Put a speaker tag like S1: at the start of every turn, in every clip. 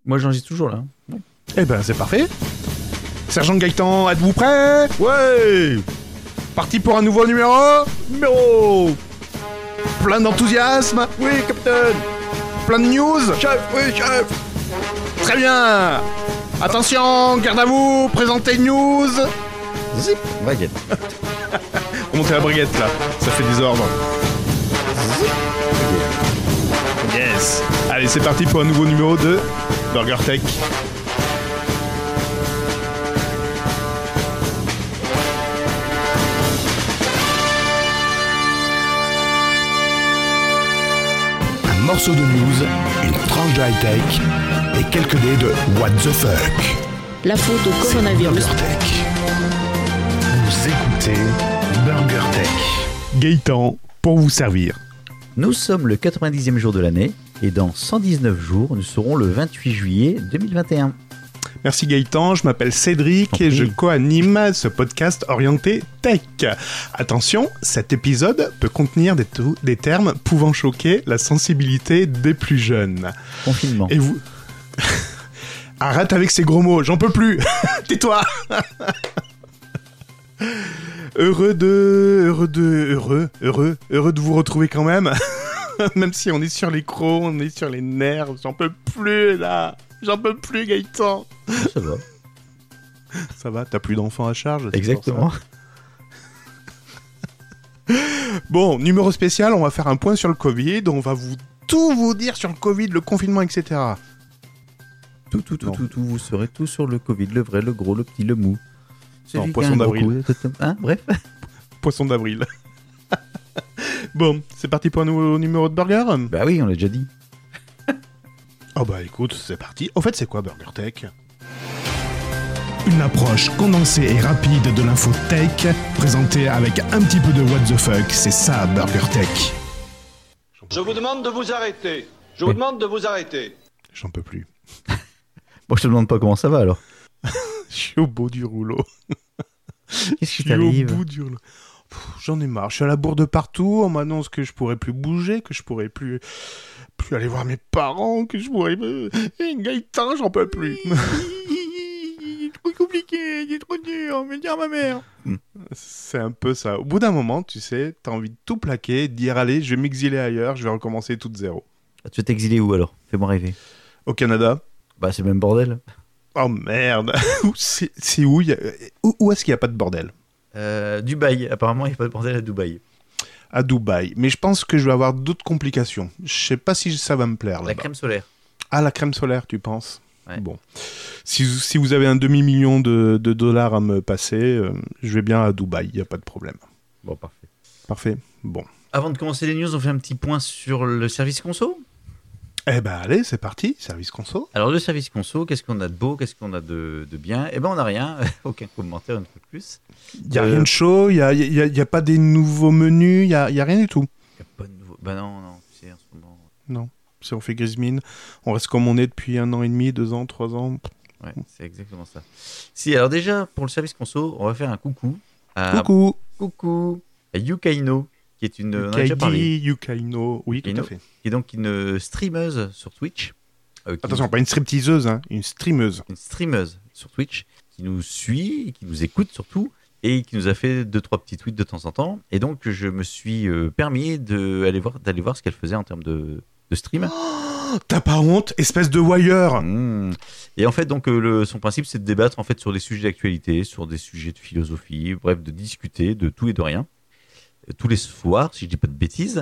S1: Moi, j'enregistre toujours là. Ouais.
S2: Eh ben, c'est parfait. Sergent Gaëtan, êtes-vous prêt?
S3: Ouais.
S2: Parti pour un nouveau numéro. Plein d'enthousiasme.
S3: Oui, capitaine.
S2: Plein de news.
S3: Chef, oui, chef.
S2: Très bien. Attention, garde à vous, présentez news.
S1: Zip, baguette.
S2: Remontez la briguette là, ça fait désordre. Yes. Allez, c'est parti pour un nouveau numéro de Burger Tech.
S4: Un morceau de news, une tranche de high-tech et quelques dés de what the fuck.
S5: La faute au coronavirus.
S4: Burger Tech. Vous écoutez Burger Tech.
S2: Gaëtan, pour vous servir.
S1: Nous sommes le 90e jour de l'année et dans 119 jours, nous serons le 28 juillet 2021.
S2: Merci Gaëtan, je m'appelle Cédric et je co-anime ce podcast orienté tech. Attention, cet épisode peut contenir des termes pouvant choquer la sensibilité des plus jeunes.
S1: Confinement.
S2: Et vous... Arrête avec ces gros mots, j'en peux plus. Tais-toi. Heureux de vous retrouver quand même. Même si on est sur les crocs, on est sur les nerfs, j'en peux plus là. J'en peux plus Gaëtan.
S1: Ça va.
S2: Ça va, t'as plus d'enfants à charge.
S1: Exactement.
S2: Bon, numéro spécial, on va faire un point sur le Covid, on va tout vous dire sur le Covid, le confinement, etc.
S1: Tout, vous saurez tout sur le Covid, le vrai, le gros, le petit, le mou.
S2: Non, poisson d'avril.
S1: Hein, bref.
S2: Poisson d'avril. Bon, c'est parti pour un nouveau numéro de Burger.
S1: Bah oui, on l'a déjà dit.
S2: Oh bah écoute, c'est parti. Au fait, c'est quoi Burger Tech?
S4: Une approche condensée et rapide de l'info tech, présentée avec un petit peu de what the fuck, c'est ça Burger Tech.
S6: Je vous demande de vous arrêter. Je vous demande de vous arrêter.
S2: J'en peux plus.
S1: Bon, je te demande pas comment ça va alors.
S2: Je suis au bout du rouleau.
S1: Qu'est-ce qui t'arrive?
S2: Je suis au bout du rouleau. J'en ai marre. Je suis à la bourre de partout. On m'annonce que je pourrais plus bouger, que je pourrais plus aller voir mes parents, que je pourrais... Gaëtan, j'en peux plus.
S3: C'est trop compliqué, c'est trop dur, mais dire à ma mère.
S2: C'est un peu ça. Au bout d'un moment, tu sais, t'as envie de tout plaquer, de dire allez, je vais m'exiler ailleurs, je vais recommencer tout de zéro.
S1: Tu vas t'exiler où alors? Fais-moi rêver.
S2: Au Canada.
S1: Bah c'est le même bordel.
S2: Oh merde. C'est où où est-ce qu'il n'y a pas de bordel?
S1: Dubaï. Apparemment, il n'y a pas de bordel à Dubaï.
S2: À Dubaï. Mais je pense que je vais avoir d'autres complications. Je sais pas si ça va me plaire là-bas.
S1: La crème solaire.
S2: Ah, la crème solaire, tu penses?
S1: Ouais.
S2: Bon. Si vous avez un demi-million de dollars à me passer, je vais bien à Dubaï, il n'y a pas de problème.
S1: Bon, parfait.
S2: Parfait. Bon.
S1: Avant de commencer les news, on fait un petit point sur le service conso.
S2: Eh ben allez, c'est parti, service conso.
S1: Alors le service conso, qu'est-ce qu'on a de beau, qu'est-ce qu'on a de bien? Eh ben on n'a rien, aucun commentaire une fois de plus.
S2: Il n'y a rien de chaud, il y a pas des nouveaux menus, il y a rien du tout.
S1: Il n'y a pas de nouveau... Bah non, tu sais, en ce moment...
S2: Non, si on fait grise mine, on reste comme on est depuis 1 an et demi, 2 ans, 3 ans.
S1: Ouais, c'est exactement ça. Si, alors déjà, pour le service conso, on va faire un coucou. Coucou à Yukaino, qui est une... on en a déjà parlé.
S2: Yukaino, oui, tout à fait.
S1: Qui est donc une streameuse sur Twitch.
S2: Attention, pas une stripteaseuse, hein, une streameuse.
S1: Une streameuse sur Twitch, qui nous suit, qui nous écoute surtout, et qui nous a fait 2-3 petits tweets de temps en temps. Et donc, je me suis permis d'aller voir ce qu'elle faisait en termes de stream.
S2: Oh, t'as pas honte, espèce de voyeur.
S1: Et en fait, donc, son principe, c'est de débattre en fait, sur des sujets d'actualité, sur des sujets de philosophie, bref, de discuter de tout et de rien. Tous les soirs, si je dis pas de bêtises.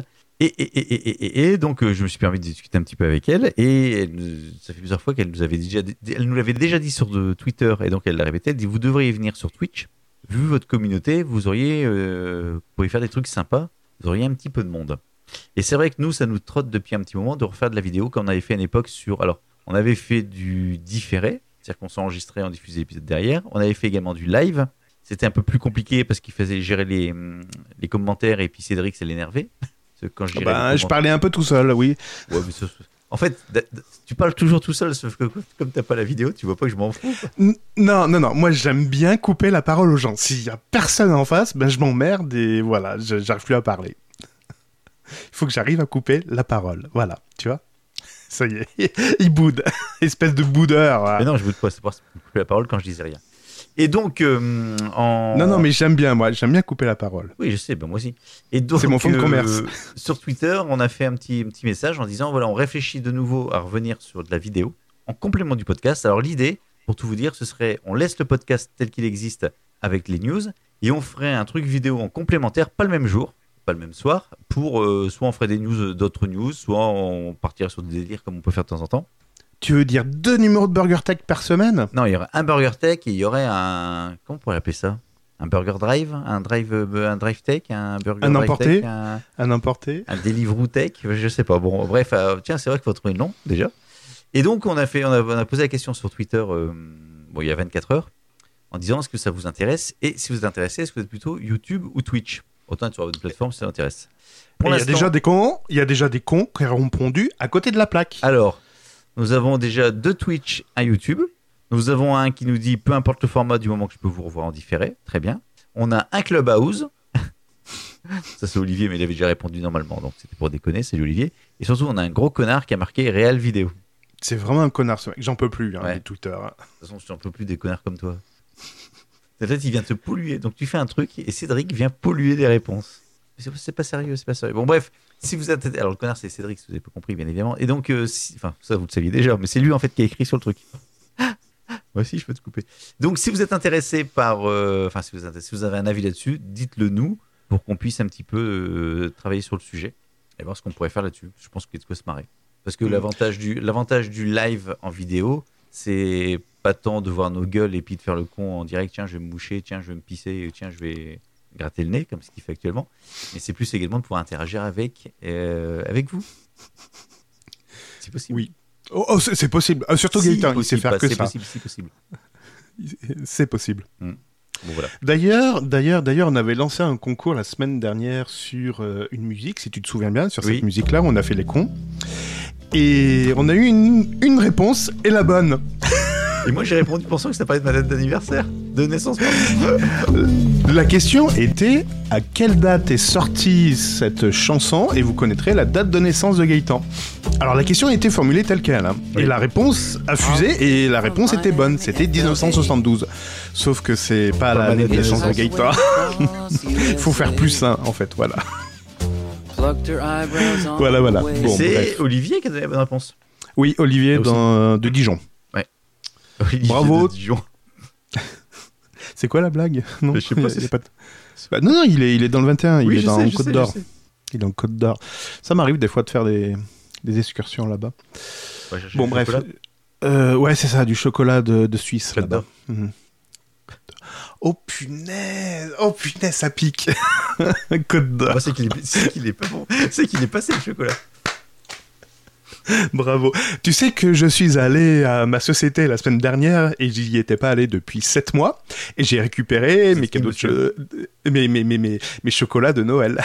S1: Et donc, je me suis permis de discuter un petit peu avec elle. Et ça fait plusieurs fois qu'elle nous l'avait déjà dit sur Twitter. Et donc, elle l'a répété. Elle dit, vous devriez venir sur Twitch. Vu votre communauté, vous pourriez faire des trucs sympas. Vous auriez un petit peu de monde. Et c'est vrai que nous, ça nous trotte depuis un petit moment de refaire de la vidéo comme on avait fait à une époque sur... Alors, on avait fait du différé. C'est-à-dire qu'on s'enregistrait, on diffusait l'épisode derrière. On avait fait également du live. C'était un peu plus compliqué parce qu'il faisait gérer les commentaires et puis Cédric, ça l'énervait. Quand
S2: je parlais un peu tout seul, oui.
S1: Ouais, mais en fait, tu parles toujours tout seul, sauf que comme t'as pas la vidéo, tu vois pas que je m'en fous.
S2: Non, moi j'aime bien couper la parole aux gens. S'il y a personne en face, ben je m'emmerde et voilà, j'arrive plus à parler. Il faut que j'arrive à couper la parole, voilà, tu vois. Ça y est, il boude. Espèce de boudeur.
S1: Mais non, je boude pas, c'est pour ça que je coupe la parole quand je disais rien. Et donc,
S2: Non, mais j'aime bien couper la parole.
S1: Oui, je sais, ben moi aussi. Et donc,
S2: c'est mon fonds de commerce.
S1: Sur Twitter, on a fait un petit message en disant, voilà, on réfléchit de nouveau à revenir sur de la vidéo en complément du podcast. Alors l'idée, pour tout vous dire, ce serait, on laisse le podcast tel qu'il existe avec les news et on ferait un truc vidéo en complémentaire, pas le même jour, pas le même soir, pour soit on ferait des news, d'autres news, soit on partirait sur des délires comme on peut faire de temps en temps.
S2: Tu veux dire 2 numéros de Burger Tech par semaine?
S1: Non, il y aurait un Burger Tech et il y aurait un... Comment on pourrait appeler ça? Un Burger Drive? Un Drive Tech? Un Burger
S2: Un
S1: Drive
S2: emporté?
S1: Tech?
S2: Un emporté?
S1: Un Deliveroo Tech? Je sais pas. Bon, bref, tiens, c'est vrai qu'il faut trouver le nom, déjà. Et donc, on a posé la question sur Twitter, il y a 24 heures, en disant est-ce que ça vous intéresse? Et si vous êtes intéressé, est-ce que vous êtes plutôt YouTube ou Twitch? Autant être sur votre plateforme si ça vous intéresse.
S2: Il y a déjà des cons qui ont répondu à côté de la plaque.
S1: Alors, nous avons déjà 2 Twitch, un YouTube. Nous avons un qui nous dit peu importe le format du moment que je peux vous revoir en différé. Très bien. On a un Clubhouse. Ça, c'est Olivier, mais il avait déjà répondu normalement. Donc, c'était pour déconner. C'est Olivier. Et surtout, on a un gros connard qui a marqué Réal Vidéo.
S2: C'est vraiment un connard, ce mec. J'en peux plus,
S1: Ouais.
S2: des Twitter.
S1: De toute façon, je n'en peux plus des connards comme toi. Peut-être il vient te polluer. Donc, tu fais un truc et Cédric vient polluer des réponses. C'est pas sérieux, c'est pas sérieux. Bon, bref, si vous êtes... Alors, le connard, c'est Cédric, si vous n'avez pas compris, bien évidemment. Et donc, enfin, ça, vous le saviez déjà, mais c'est lui, en fait, qui a écrit sur le truc. Moi aussi, je peux te couper. Donc, si vous êtes intéressé par... Enfin, si vous avez un avis là-dessus, dites-le nous pour qu'on puisse un petit peu travailler sur le sujet et voir ce qu'on pourrait faire là-dessus. Je pense qu'il y a de quoi se marrer. Parce que l'avantage du live en vidéo, c'est pas tant de voir nos gueules et puis de faire le con en direct. Tiens, je vais me moucher, tiens, je vais me pisser, tiens, je vais... gratter le nez, comme ce qu'il fait actuellement. Mais c'est plus également de pouvoir interagir avec vous. C'est possible.
S2: Oui. Oh, c'est possible. Surtout
S1: Si,
S2: Gaëtan, il sait faire que
S1: c'est
S2: ça.
S1: C'est possible.
S2: C'est possible.
S1: Bon, voilà.
S2: D'ailleurs, on avait lancé un concours la semaine dernière sur une musique, si tu te souviens bien, sur cette musique-là, où on a fait les cons. Et on a eu une réponse, et la bonne.
S1: Et moi, j'ai répondu pensant que ça parlait de ma date d'anniversaire, de naissance.
S2: La question était à quelle date est sortie cette chanson et vous connaîtrez la date de naissance de Gaëtan. Alors la question était formulée telle qu'elle, hein.
S1: Oui.
S2: Et la réponse a fusé et la réponse était bonne, c'était 1972. Sauf que c'est pas la date de naissance de Gaëtan. Il faut faire plus sain en fait, voilà. Voilà. Bon,
S1: c'est
S2: bref.
S1: Olivier qui a donné la bonne réponse.
S2: Oui, Olivier de Dijon.
S1: Olivier
S2: Bravo.
S1: de Dijon.
S2: C'est quoi la blague? Non,
S1: Je sais pas,
S2: il est pas... Bah, non, il est dans le 21,
S1: Oui,
S2: il est
S1: je
S2: dans
S1: sais,
S2: Côte
S1: je
S2: d'Or.
S1: sais.
S2: Il est en Côte d'Or. Ça m'arrive des fois de faire des excursions là-bas. Bon, bref. Ouais, c'est ça, du chocolat de Suisse
S1: Côte
S2: là-bas.
S1: d'Or.
S2: Mhm. Oh punaise, ça pique. Côte d'Or.
S1: Moi, c'est qu'il est pas bon. C'est qu'il est passé le chocolat.
S2: Bravo. Tu sais que je suis allé à ma société la semaine dernière et j'y étais pas allé depuis 7 mois et j'ai récupéré mes cadeaux mes chocolats de Noël.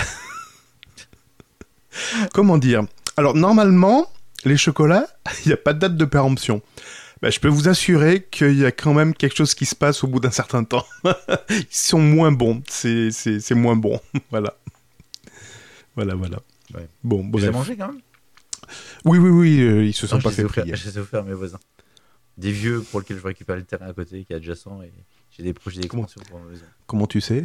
S2: Comment dire? Alors normalement, les chocolats, il n'y a pas de date de péremption. Bah, je peux vous assurer qu'il y a quand même quelque chose qui se passe au bout d'un certain temps. Ils sont moins bons. C'est moins bon. Voilà. Voilà.
S1: Ouais.
S2: Bon,
S1: Tu
S2: bref.
S1: as mangé quand même?
S2: Oui, ils se sont
S1: Non,
S2: pas
S1: je les
S2: fait
S1: ai offerts-
S2: prier.
S1: Je les ai offerts à mes voisins. Des vieux pour lesquels je récupère le terrain à côté qui est adjacent et j'ai des projets d'expansion pour ma maison.
S2: Comment tu sais?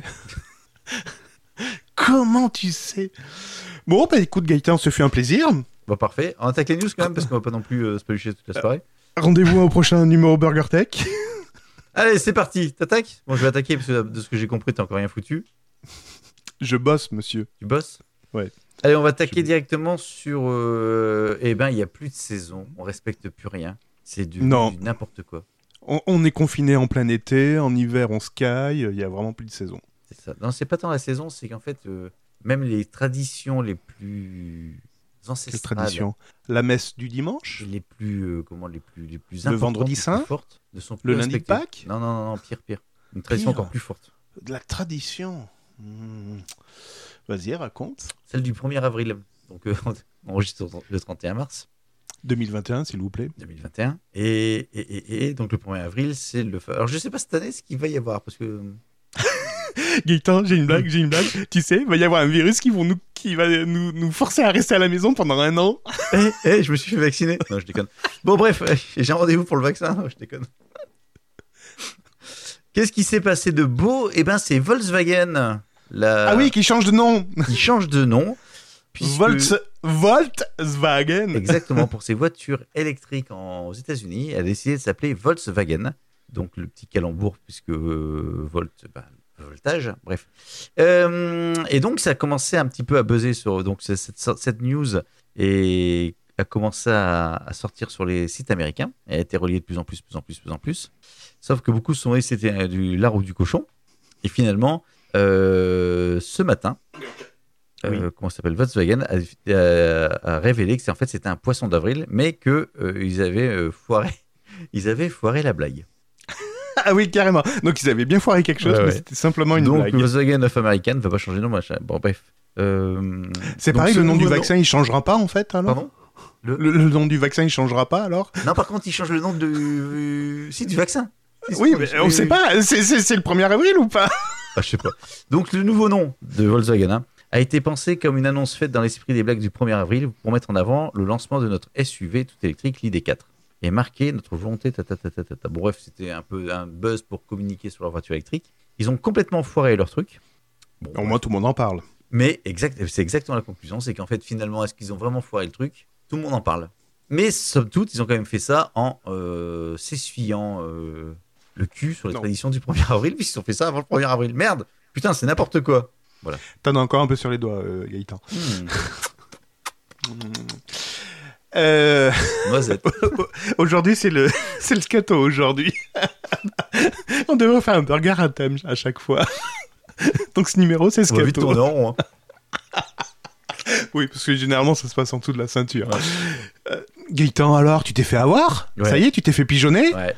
S2: Comment tu sais? Bon, bah écoute Gaëtan, ce fut un plaisir.
S1: Bon, parfait. On attaque les news quand même parce qu'on va pas non plus se palucher toute la soirée.
S2: Rendez-vous au prochain numéro Burger Tech.
S1: Allez, c'est parti. T'attaques? Bon, je vais attaquer parce que de ce que j'ai compris, t'as encore rien foutu.
S2: Je bosse, monsieur.
S1: Tu bosses?
S2: Ouais.
S1: Allez, on va attaquer directement sur... Eh ben, il n'y a plus de saison. On respecte plus rien. C'est du n'importe quoi.
S2: On est confiné en plein été, en hiver on se caille, il y a vraiment plus de saison.
S1: C'est ça. Non, c'est pas tant la saison, c'est qu'en fait, même les traditions les plus ancestrales...
S2: Quelle tradition? La messe du dimanche?
S1: Les plus, les plus
S2: Le
S1: importantes,
S2: vendredi
S1: les plus
S2: saint?
S1: fortes, ne sont plus
S2: Le lundi de
S1: respectées.
S2: Pâques?
S1: Non, pire. Une tradition
S2: Pire.
S1: encore plus forte.
S2: De la tradition. Vas-y, raconte.
S1: Celle du 1er avril. Donc, on enregistre le 31 mars
S2: 2021, s'il vous plaît.
S1: 2021. Et donc, le 1er avril, c'est le... Alors, je sais pas cette année ce qu'il va y avoir, parce que...
S2: Gaëtan, j'ai une blague. Tu sais, il va y avoir un virus qui qui va nous forcer à rester à la maison pendant 1 an.
S1: Je me suis fait vacciner. Non, je déconne. Bon, bref, j'ai un rendez-vous pour le vaccin. Non, je déconne. Qu'est-ce qui s'est passé de beau ? Eh ben, c'est Volkswagen.
S2: Ah oui, qui change de nom.
S1: Qui change de nom. Puisque...
S2: Volkswagen.
S1: Exactement, pour ses voitures électriques aux États-Unis, elle a décidé de s'appeler Volkswagen. Donc le petit calembour, puisque voltage, bref. Et donc ça a commencé un petit peu à buzzer sur donc cette news et a commencé à sortir sur les sites américains. Elle a été reliée de plus en plus. Sauf que beaucoup se sont dit que c'était du lard ou du cochon. Et finalement, ce matin, comment ça s'appelle, Volkswagen a révélé que c'était un poisson d'avril, mais que ils avaient foiré la blague.
S2: Ah oui, carrément. Donc ils avaient bien foiré quelque chose, mais c'était simplement une blague.
S1: Donc Volkswagen of America ne va pas changer de nom, machin. Bon, bref.
S2: C'est pareil, le nom du vaccin, il changera pas en fait, alors.
S1: Pardon ?
S2: Le nom du vaccin, il changera pas alors ?
S1: Non, par contre, il change le nom du vaccin.
S2: Oui, mais on sait pas. C'est le 1er avril ou pas ?
S1: Je sais pas. Donc le nouveau nom de Volkswagen a été pensé comme une annonce faite dans l'esprit des blagues du 1er avril pour mettre en avant le lancement de notre SUV tout électrique, l'ID4, et marquer notre volonté. Bon, bref, c'était un peu un buzz pour communiquer sur leur voiture électrique. Ils ont complètement foiré leur truc. Bon,
S2: au moins, tout le monde en parle.
S1: Mais c'est exactement la conclusion, c'est qu'en fait, finalement, est-ce qu'ils ont vraiment foiré le truc ? Tout le monde en parle. Mais somme toute, ils ont quand même fait ça en s'essuyant le cul sur les traditions du 1er avril, puisqu'ils ont fait ça avant le 1er avril. Merde ! Putain, c'est n'importe quoi. Voilà.
S2: T'en as encore un peu sur les doigts, Gaëtan.
S1: Noisette.
S2: Aujourd'hui, c'est le scato aujourd'hui. On devrait faire un burger à thème à chaque fois. Donc ce numéro, c'est scato.
S1: On va vite tourner en rond.
S2: Oui, parce que généralement, ça se passe en dessous de la ceinture. Ouais. Gaëtan, alors, tu t'es fait avoir ? Ouais. Ça y est, tu t'es fait pigeonner ?
S1: Ouais.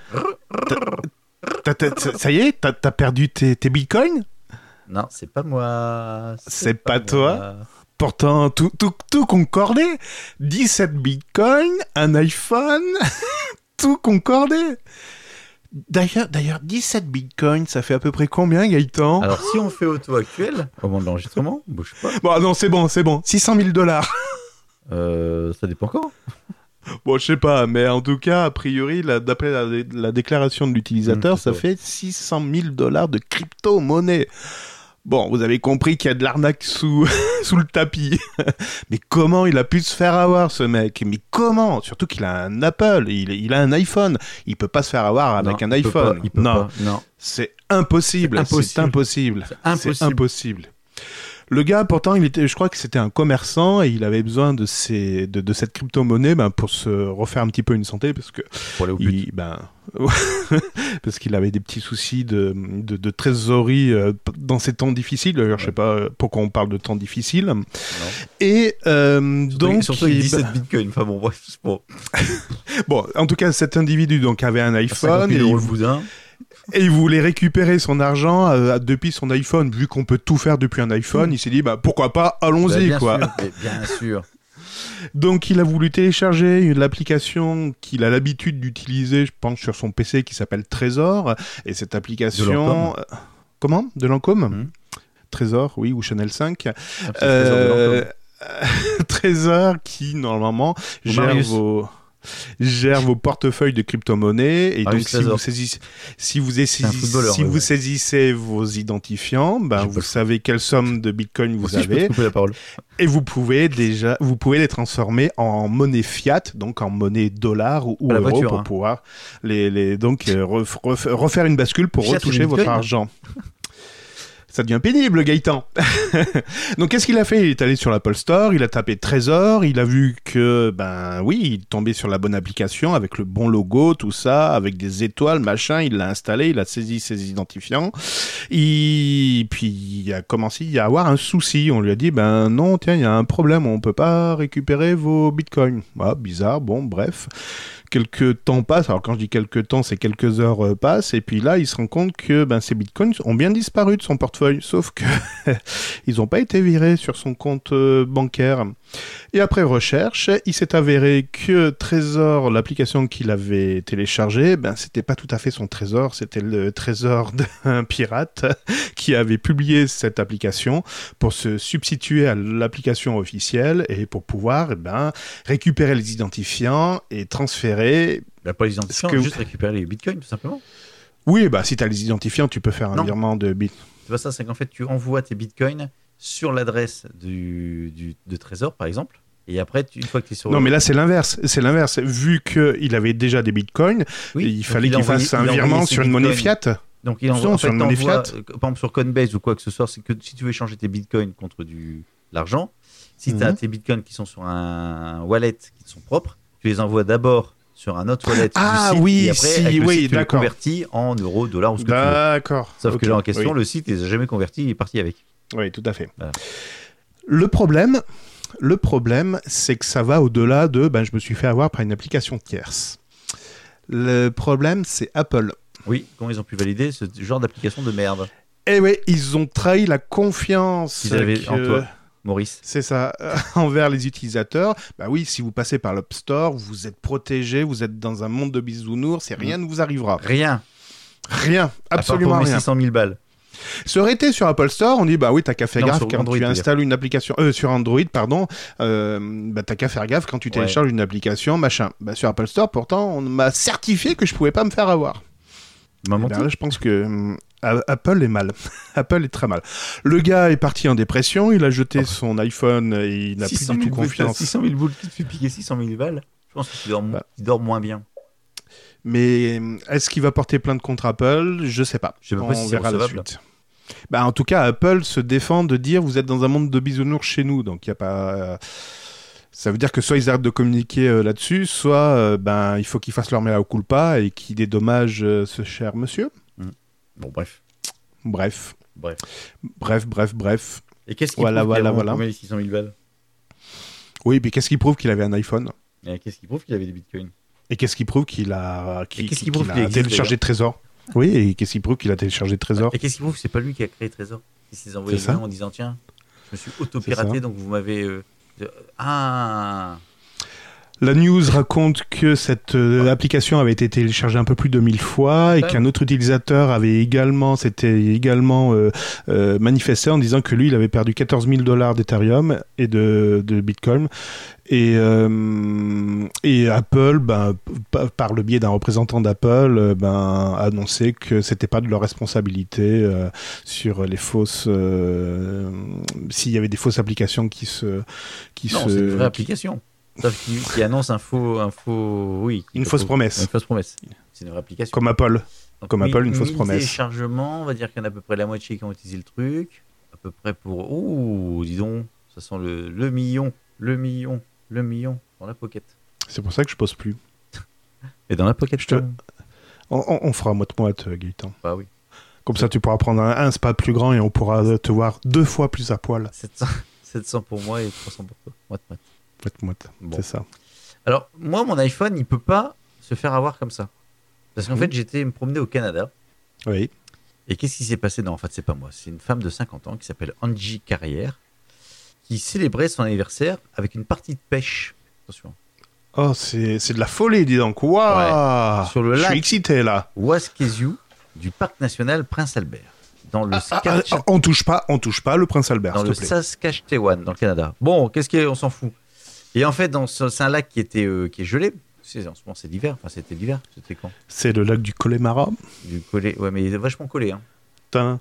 S2: Ça y est, t'as perdu tes bitcoins ?
S1: Non, c'est pas moi.
S2: C'est pas toi. Pourtant, tout concordait. 17 bitcoins, un iPhone, tout concordait. D'ailleurs, 17 bitcoins, ça fait à peu près combien, Gaëtan ?
S1: Alors, si on fait auto actuel, au moment de l'enregistrement, bouge pas.
S2: Bon, non, c'est bon. 600 000 $.
S1: Ça dépend quand.
S2: Bon, je sais pas, mais en tout cas, a priori, d'après la déclaration de l'utilisateur, ça fait 600 000 $ de crypto-monnaie. Bon, vous avez compris qu'il y a de l'arnaque sous le tapis. Mais comment il a pu se faire avoir, ce mec ? Mais comment ? Surtout qu'il a un Apple, il a un iPhone. Il peut pas se faire avoir avec un iPhone.
S1: Non.
S2: C'est impossible. C'est impossible. Le gars, pourtant, je crois que c'était un commerçant et il avait besoin de cette crypto-monnaie pour se refaire un petit peu une santé parce que parce qu'il avait des petits soucis de trésorerie dans ces temps difficiles. D'ailleurs, je sais pas pourquoi on parle de temps difficiles. Non. Et donc
S1: surtout il 17 bitcoins. Enfin bon, bref.
S2: Bon, en tout cas, cet individu donc avait un iPhone et il voulait récupérer son argent depuis son iPhone. Vu qu'on peut tout faire depuis un iPhone, il s'est dit pourquoi pas, allons-y quoi.
S1: Bien sûr.
S2: Donc il a voulu télécharger l'application qu'il a l'habitude d'utiliser, je pense, sur son PC qui s'appelle Trésor. Et cette application... Comment ? De Lancôme Trésor, oui, ou Chanel 5. Trésor qui, normalement, gère vos portefeuilles de crypto-monnaies. Et donc, si vous saisissez vos identifiants, vous savez quelle somme de bitcoin vous avez. Et vous pouvez les transformer en monnaie fiat, donc en monnaie dollar ou euro, voiture, pour pouvoir refaire une bascule pour retoucher votre argent. Ça devient pénible, Gaëtan. Donc, qu'est-ce qu'il a fait ? Il est allé sur l'Apple Store, il a tapé Trésor, il a vu que, il tombait sur la bonne application, avec le bon logo, tout ça, avec des étoiles, machin, il l'a installé, il a saisi ses identifiants, puis il a commencé à avoir un souci. On lui a dit, non, tiens, il y a un problème, on peut pas récupérer vos bitcoins. Bizarre, bon, bref. quelques temps passent, alors quand je dis quelques temps, c'est quelques heures passent, et puis là, il se rend compte que ces bitcoins ont bien disparu de son portefeuille, sauf que ils n'ont pas été virés sur son compte bancaire. Et après recherche, il s'est avéré que Trésor, l'application qu'il avait téléchargée, c'était pas tout à fait son trésor, c'était le trésor d'un pirate qui avait publié cette application pour se substituer à l'application officielle et pour pouvoir récupérer les identifiants et transférer...
S1: Pas les identifiants, juste récupérer les bitcoins, tout simplement.
S2: Oui, si tu as les identifiants, tu peux faire un virement de bitcoin.
S1: C'est pas ça, c'est qu'en fait, tu envoies tes bitcoins sur l'adresse de Trésor, par exemple. Et après, une fois que tu es sur...
S2: Non, mais là, c'est l'inverse. C'est l'inverse. Vu qu'il avait déjà des bitcoins, il fallait qu'il fasse un virement sur une monnaie fiat.
S1: Donc, il envoie sur une monnaie fiat. Par exemple, sur Coinbase ou quoi que ce soit, c'est que si tu veux échanger tes bitcoins contre l'argent, si tu as tes bitcoins qui sont sur un wallet qui sont propres, tu les envoies d'abord sur un autre wallet du site, et après, avec le site, tu les convertis en euros, dollars ou ce que tu veux.
S2: D'accord.
S1: Sauf que là, en question, le site, il les a jamais convertis, il est parti avec.
S2: Oui, tout à fait.
S1: Voilà.
S2: Le problème, c'est que ça va au-delà de je me suis fait avoir par une application tierce. Le problème, c'est Apple.
S1: Oui, comment ils ont pu valider ce genre d'application de merde?
S2: Eh oui, ils ont trahi la confiance
S1: qu'ils avaient en toi, Maurice.
S2: C'est ça, envers les utilisateurs. Oui, si vous passez par l'App Store, vous êtes protégé, vous êtes dans un monde de bisounours et rien ne vous arrivera.
S1: Rien,
S2: absolument rien.
S1: 600 000 balles.
S2: Ça aurait été sur Apple Store, on dit oui, t'as qu'à faire gaffe quand tu installes une application sur Android, pardon, t'as qu'à faire gaffe quand tu télécharges une application, machin. Sur Apple Store, pourtant, on m'a certifié que je pouvais pas me faire avoir. Là, je pense que Apple est mal. Apple est très mal. Le gars est parti en dépression, il a jeté son iPhone et il n'a plus du tout confiance.
S1: 600 000 boules qui te fait piquer 600 000 balles, je pense que tu dors moins bien.
S2: Mais est-ce qu'il va porter plainte contre Apple? Je sais pas.
S1: On verra la suite.
S2: En tout cas, Apple se défend de dire vous êtes dans un monde de bisounours chez nous, donc il y a pas. Ça veut dire que soit ils arrêtent de communiquer là-dessus, soit il faut qu'ils fassent leur mea culpa et qu'ils dédommagent ce cher monsieur.
S1: Bon, bref. Et qu'est-ce qui prouve qu'il avait les 600 000 balles?
S2: Oui, puis qu'est-ce qui prouve qu'il avait un iPhone?
S1: Et qu'est-ce qui prouve qu'il avait des bitcoins?
S2: Et qu'est-ce qui prouve qu'il a
S1: téléchargé
S2: Trésor? Oui, et qu'est-ce qui prouve qu'il a téléchargé Trésor?
S1: Et qu'est-ce qui prouve que c'est pas lui qui a créé Trésor? Il s'est envoyé mail en disant tiens, je me suis auto-piraté, donc vous m'avez...
S2: La news raconte que cette application avait été téléchargée un peu plus de 1000 fois et qu'un autre utilisateur s'était également manifesté en disant que lui, il avait perdu $14 000 d'Ethereum et de Bitcoin. Et Apple, par le biais d'un représentant d'Apple, a annoncé que c'était pas de leur responsabilité sur les fausses... s'il y avait des fausses applications qui se...
S1: Non, c'est une vraie application. Sauf qui annonce une
S2: fausse promesse.
S1: Une fausse promesse. C'est une vraie application.
S2: Comme Apple. Une fausse promesse.
S1: Téléchargement, on va dire qu'il y en a à peu près la moitié qui ont utilisé le truc. À peu près pour... dis donc, ça sent le million dans la pocket.
S2: C'est pour ça que je pose plus.
S1: Et dans la pocket,
S2: on fera moite-moite, Gaëtan.
S1: Bah oui.
S2: Comme ça, tu pourras prendre un spa plus grand et on pourra te voir 2 fois plus à poil.
S1: 700 pour moi et 300 pour toi. Moite-moite.
S2: Bon. C'est ça.
S1: Alors, moi, mon iPhone, il peut pas se faire avoir comme ça. Parce qu'en fait, j'étais me promener au Canada.
S2: Oui.
S1: Et qu'est-ce qui s'est passé? Non, en fait, c'est pas moi. C'est une femme de 50 ans qui s'appelle Angie Carrière qui célébrait son anniversaire avec une partie de pêche. Attention.
S2: Oh, c'est de la folie, dis donc. Waouh!
S1: Ouais. Sur le lac.
S2: Je suis excité, là.
S1: Waskesiu du parc national Prince Albert. Dans le
S2: on touche pas le Prince Albert,
S1: dans le Saskatchewan, dans le Canada. Bon, on s'en fout. Et en fait, c'est un lac qui est gelé. En ce moment, c'est l'hiver. Enfin, c'était l'hiver. C'était quand?
S2: C'est le lac du Connemara.
S1: Ouais, mais il est vachement collé. Hein.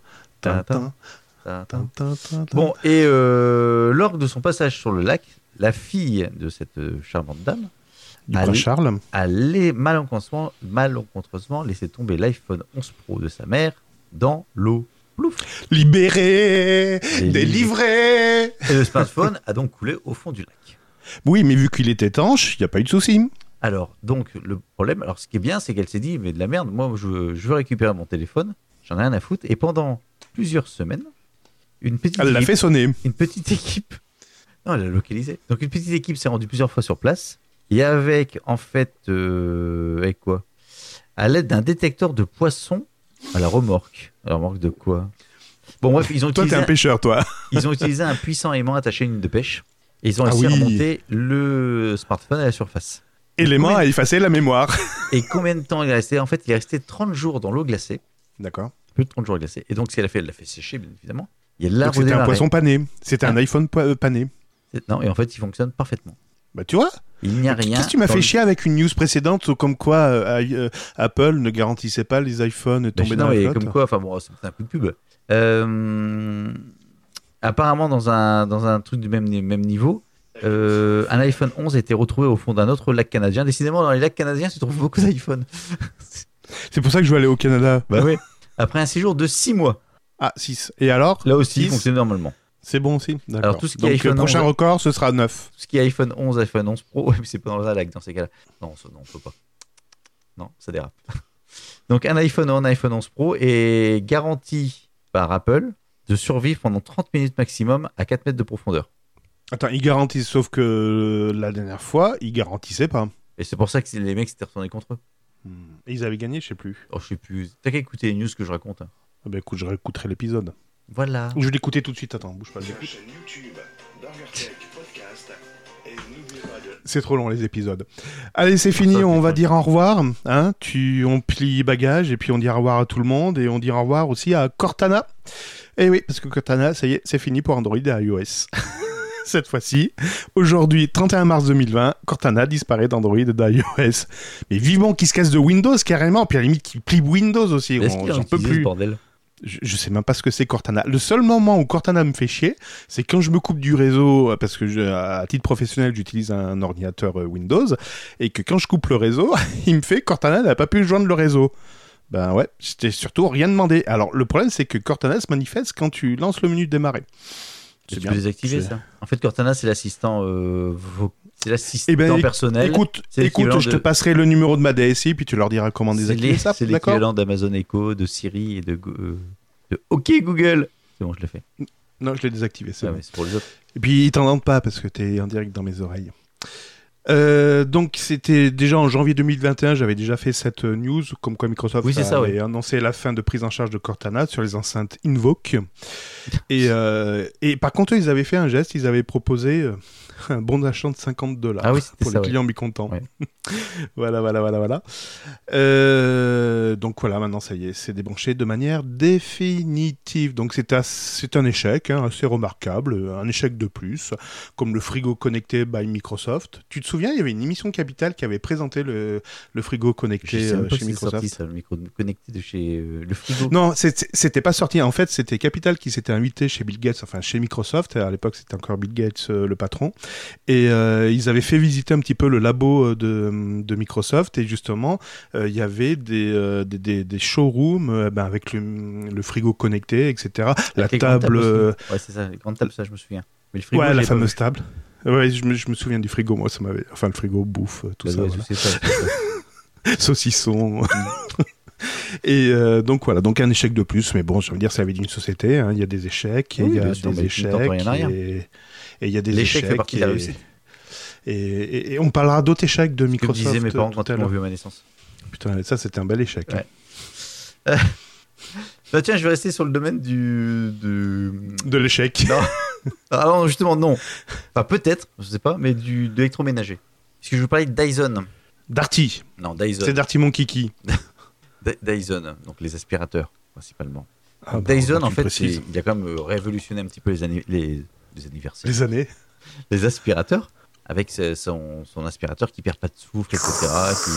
S2: Bon,
S1: et lors de son passage sur le lac, la fille de cette charmante dame
S2: du prince Charles
S1: a malencontreusement laissé tomber l'iPhone 11 Pro de sa mère dans l'eau. Plouf.
S2: Libéré, délivré.
S1: Et le smartphone a donc coulé au fond du lac.
S2: Oui, mais vu qu'il est étanche, il n'y a pas eu de souci.
S1: Alors, donc, le problème, ce qui est bien, c'est qu'elle s'est dit, mais de la merde, moi, je veux récupérer mon téléphone, j'en ai rien à foutre. Et pendant plusieurs semaines,
S2: elle l'a fait sonner.
S1: Une petite équipe, non, elle l'a localisé. Donc, une petite équipe s'est rendue plusieurs fois sur place Et avec, en fait, avec quoi? À l'aide d'un détecteur de poissons à la remorque. À la remorque de quoi? Bon, bref, ils ont
S2: Toi,
S1: utilisé
S2: t'es un pêcheur, toi.
S1: ils ont utilisé un puissant aimant attaché à une ligne de pêche. Et ils ont réussi à remonter le smartphone à la surface.
S2: Et l'aimant a effacé la mémoire.
S1: Et combien de temps il est resté? En fait, il est resté 30 jours dans l'eau glacée.
S2: D'accord.
S1: Plus de 30 jours glacée. Et donc, ce qu'elle a fait, elle l'a fait sécher, bien évidemment. Et elle l'a
S2: Donc, c'était un
S1: redémarré.
S2: poisson pané. C'était un iPhone pané.
S1: Non, et en fait, il fonctionne parfaitement.
S2: Bah, tu vois.
S1: Il n'y a rien.
S2: Qu'est-ce que tu m'as
S1: dans
S2: fait
S1: le-
S2: chier avec une news précédente comme quoi Apple ne garantissait pas les iPhones tombés dans
S1: non,
S2: la
S1: et
S2: flotte?
S1: comme quoi, enfin bon, c'est un coup de pub. Apparemment, dans un truc du même niveau, un iPhone 11 a été retrouvé au fond d'un autre lac canadien. Décidément, dans les lacs canadiens, tu trouves beaucoup d'iPhone.
S2: C'est pour ça que je veux aller au Canada.
S1: Bah oui. Après un séjour de 6 mois.
S2: Ah, 6. Et alors?
S1: Là aussi, il
S2: 6.
S1: fonctionne normalement.
S2: C'est bon aussi. D'accord.
S1: Alors, tout ce qui est
S2: Donc,
S1: iPhone
S2: le prochain
S1: 11,
S2: record, ce sera 9.
S1: Tout ce qui est iPhone 11, iPhone 11 Pro, ouais, mais c'est pas dans un lac dans ces cas-là. Non, on peut pas. Non, ça dérape. Donc un iPhone 11 Pro est garanti par Apple de survivre pendant 30 minutes maximum à 4 mètres de profondeur.
S2: Attends, ils garantissent, sauf que la dernière fois, ils garantissaient pas.
S1: Et c'est pour ça que les mecs s'étaient retournés contre eux.
S2: Et ils avaient gagné, je sais plus.
S1: Oh, je sais plus. T'as qu'à écouter les news que je raconte. Hein.
S2: Ah bah écoute, je réécouterai l'épisode.
S1: Voilà.
S2: Je vais l'écouter tout de suite, attends, bouge pas. C'est trop long les épisodes. Allez, c'est fini, on va dire au revoir. Hein, on plie bagages et puis on dit au revoir à tout le monde et on dit au revoir aussi à Cortana. Et oui, parce que Cortana, ça y est, c'est fini pour Android et iOS. Cette fois-ci, aujourd'hui, 31 mars 2020, Cortana disparaît d'Android et d'iOS. Mais vivement qu'il se casse de Windows carrément, puis à la limite qu'il plie Windows aussi.
S1: Est-ce qu'il a
S2: J'en peux
S1: utilisé ce
S2: plus.
S1: bordel?
S2: Je sais même pas ce que c'est Cortana. Le seul moment où Cortana me fait chier, c'est quand je me coupe du réseau, parce que à titre professionnel, j'utilise un ordinateur Windows, et que quand je coupe le réseau, il me fait Cortana n'a pas pu joindre le réseau. Ben ouais, c'était surtout rien demandé. Alors le problème, c'est que Cortana se manifeste quand tu lances le menu démarrer.
S1: Tu peux désactiver ça. En fait, Cortana, c'est l'assistant personnel.
S2: Écoute,
S1: C'est l'équivalent
S2: je te passerai le numéro de ma DSI, puis tu leur diras comment désactiver ça.
S1: C'est
S2: D'accord ?
S1: l'équivalent d'Amazon Echo, de Siri et de OK Google. C'est bon, je l'ai fait.
S2: Non, je l'ai désactivé, c'est
S1: Ah,
S2: bon.
S1: mais c'est pour les autres.
S2: Et puis, ils t'entendent pas parce que t'es en direct dans mes oreilles. Donc, c'était déjà en janvier 2021, j'avais déjà fait cette news, comme quoi Microsoft avait annoncé la fin de prise en charge de Cortana sur les enceintes Invoke. Et par contre, ils avaient fait un geste, ils avaient proposé un bon d'achat de $50 pour les clients mécontents. Ouais. Voilà. Donc voilà, maintenant ça y est, c'est débranché de manière définitive. Donc c'est un échec, hein, assez remarquable, un échec de plus, comme le frigo connecté by Microsoft. Tu te souviens, il y avait une émission Capital qui avait présenté le frigo connecté chez Microsoft.
S1: Sorti, ça, le micro connecté de chez le frigo.
S2: Non, c'était pas sorti. En fait, c'était Capital qui s'était invité chez Bill Gates, enfin chez Microsoft. À l'époque, c'était encore Bill Gates le patron. Et ils avaient fait visiter un petit peu le labo de Microsoft. Et justement, il y avait des showrooms avec le frigo connecté, etc. La table.
S1: Ouais, c'est ça, les grandes tables, ça, je me souviens. Mais le frigo,
S2: ouais, la fameuse table. Ouais, je me souviens du frigo, moi, ça m'avait. Enfin, le frigo, bouffe, tout ça.
S1: Ouais,
S2: voilà.
S1: c'est ça.
S2: Saucisson. Et donc voilà, donc un échec de plus, mais bon, je veux dire, c'est la vie d'une société, hein. Il y a des échecs, il y a des échecs, et il y a des
S1: l'échec
S2: échecs.
S1: fait partie de la réussite.
S2: Et on parlera d'autres échecs de Microsoft.
S1: Ce que disaient mes parents quand ils m'ont vu à ma naissance.
S2: Putain, ça c'était un bel échec.
S1: Ouais. Bah tiens, je vais rester sur le domaine
S2: de l'échec.
S1: Non. Alors justement, non. Enfin, peut-être, je sais pas, mais de l'électroménager. Parce que je vous parlais de Dyson.
S2: Darty.
S1: Non, Dyson.
S2: C'est Darty mon kiki.
S1: Dyson, donc les aspirateurs, principalement.
S2: Ah,
S1: Dyson, en fait, il a quand même révolutionné un petit peu les anniversaires.
S2: Les années.
S1: Les aspirateurs, avec son aspirateur qui perd pas de souffle, etc.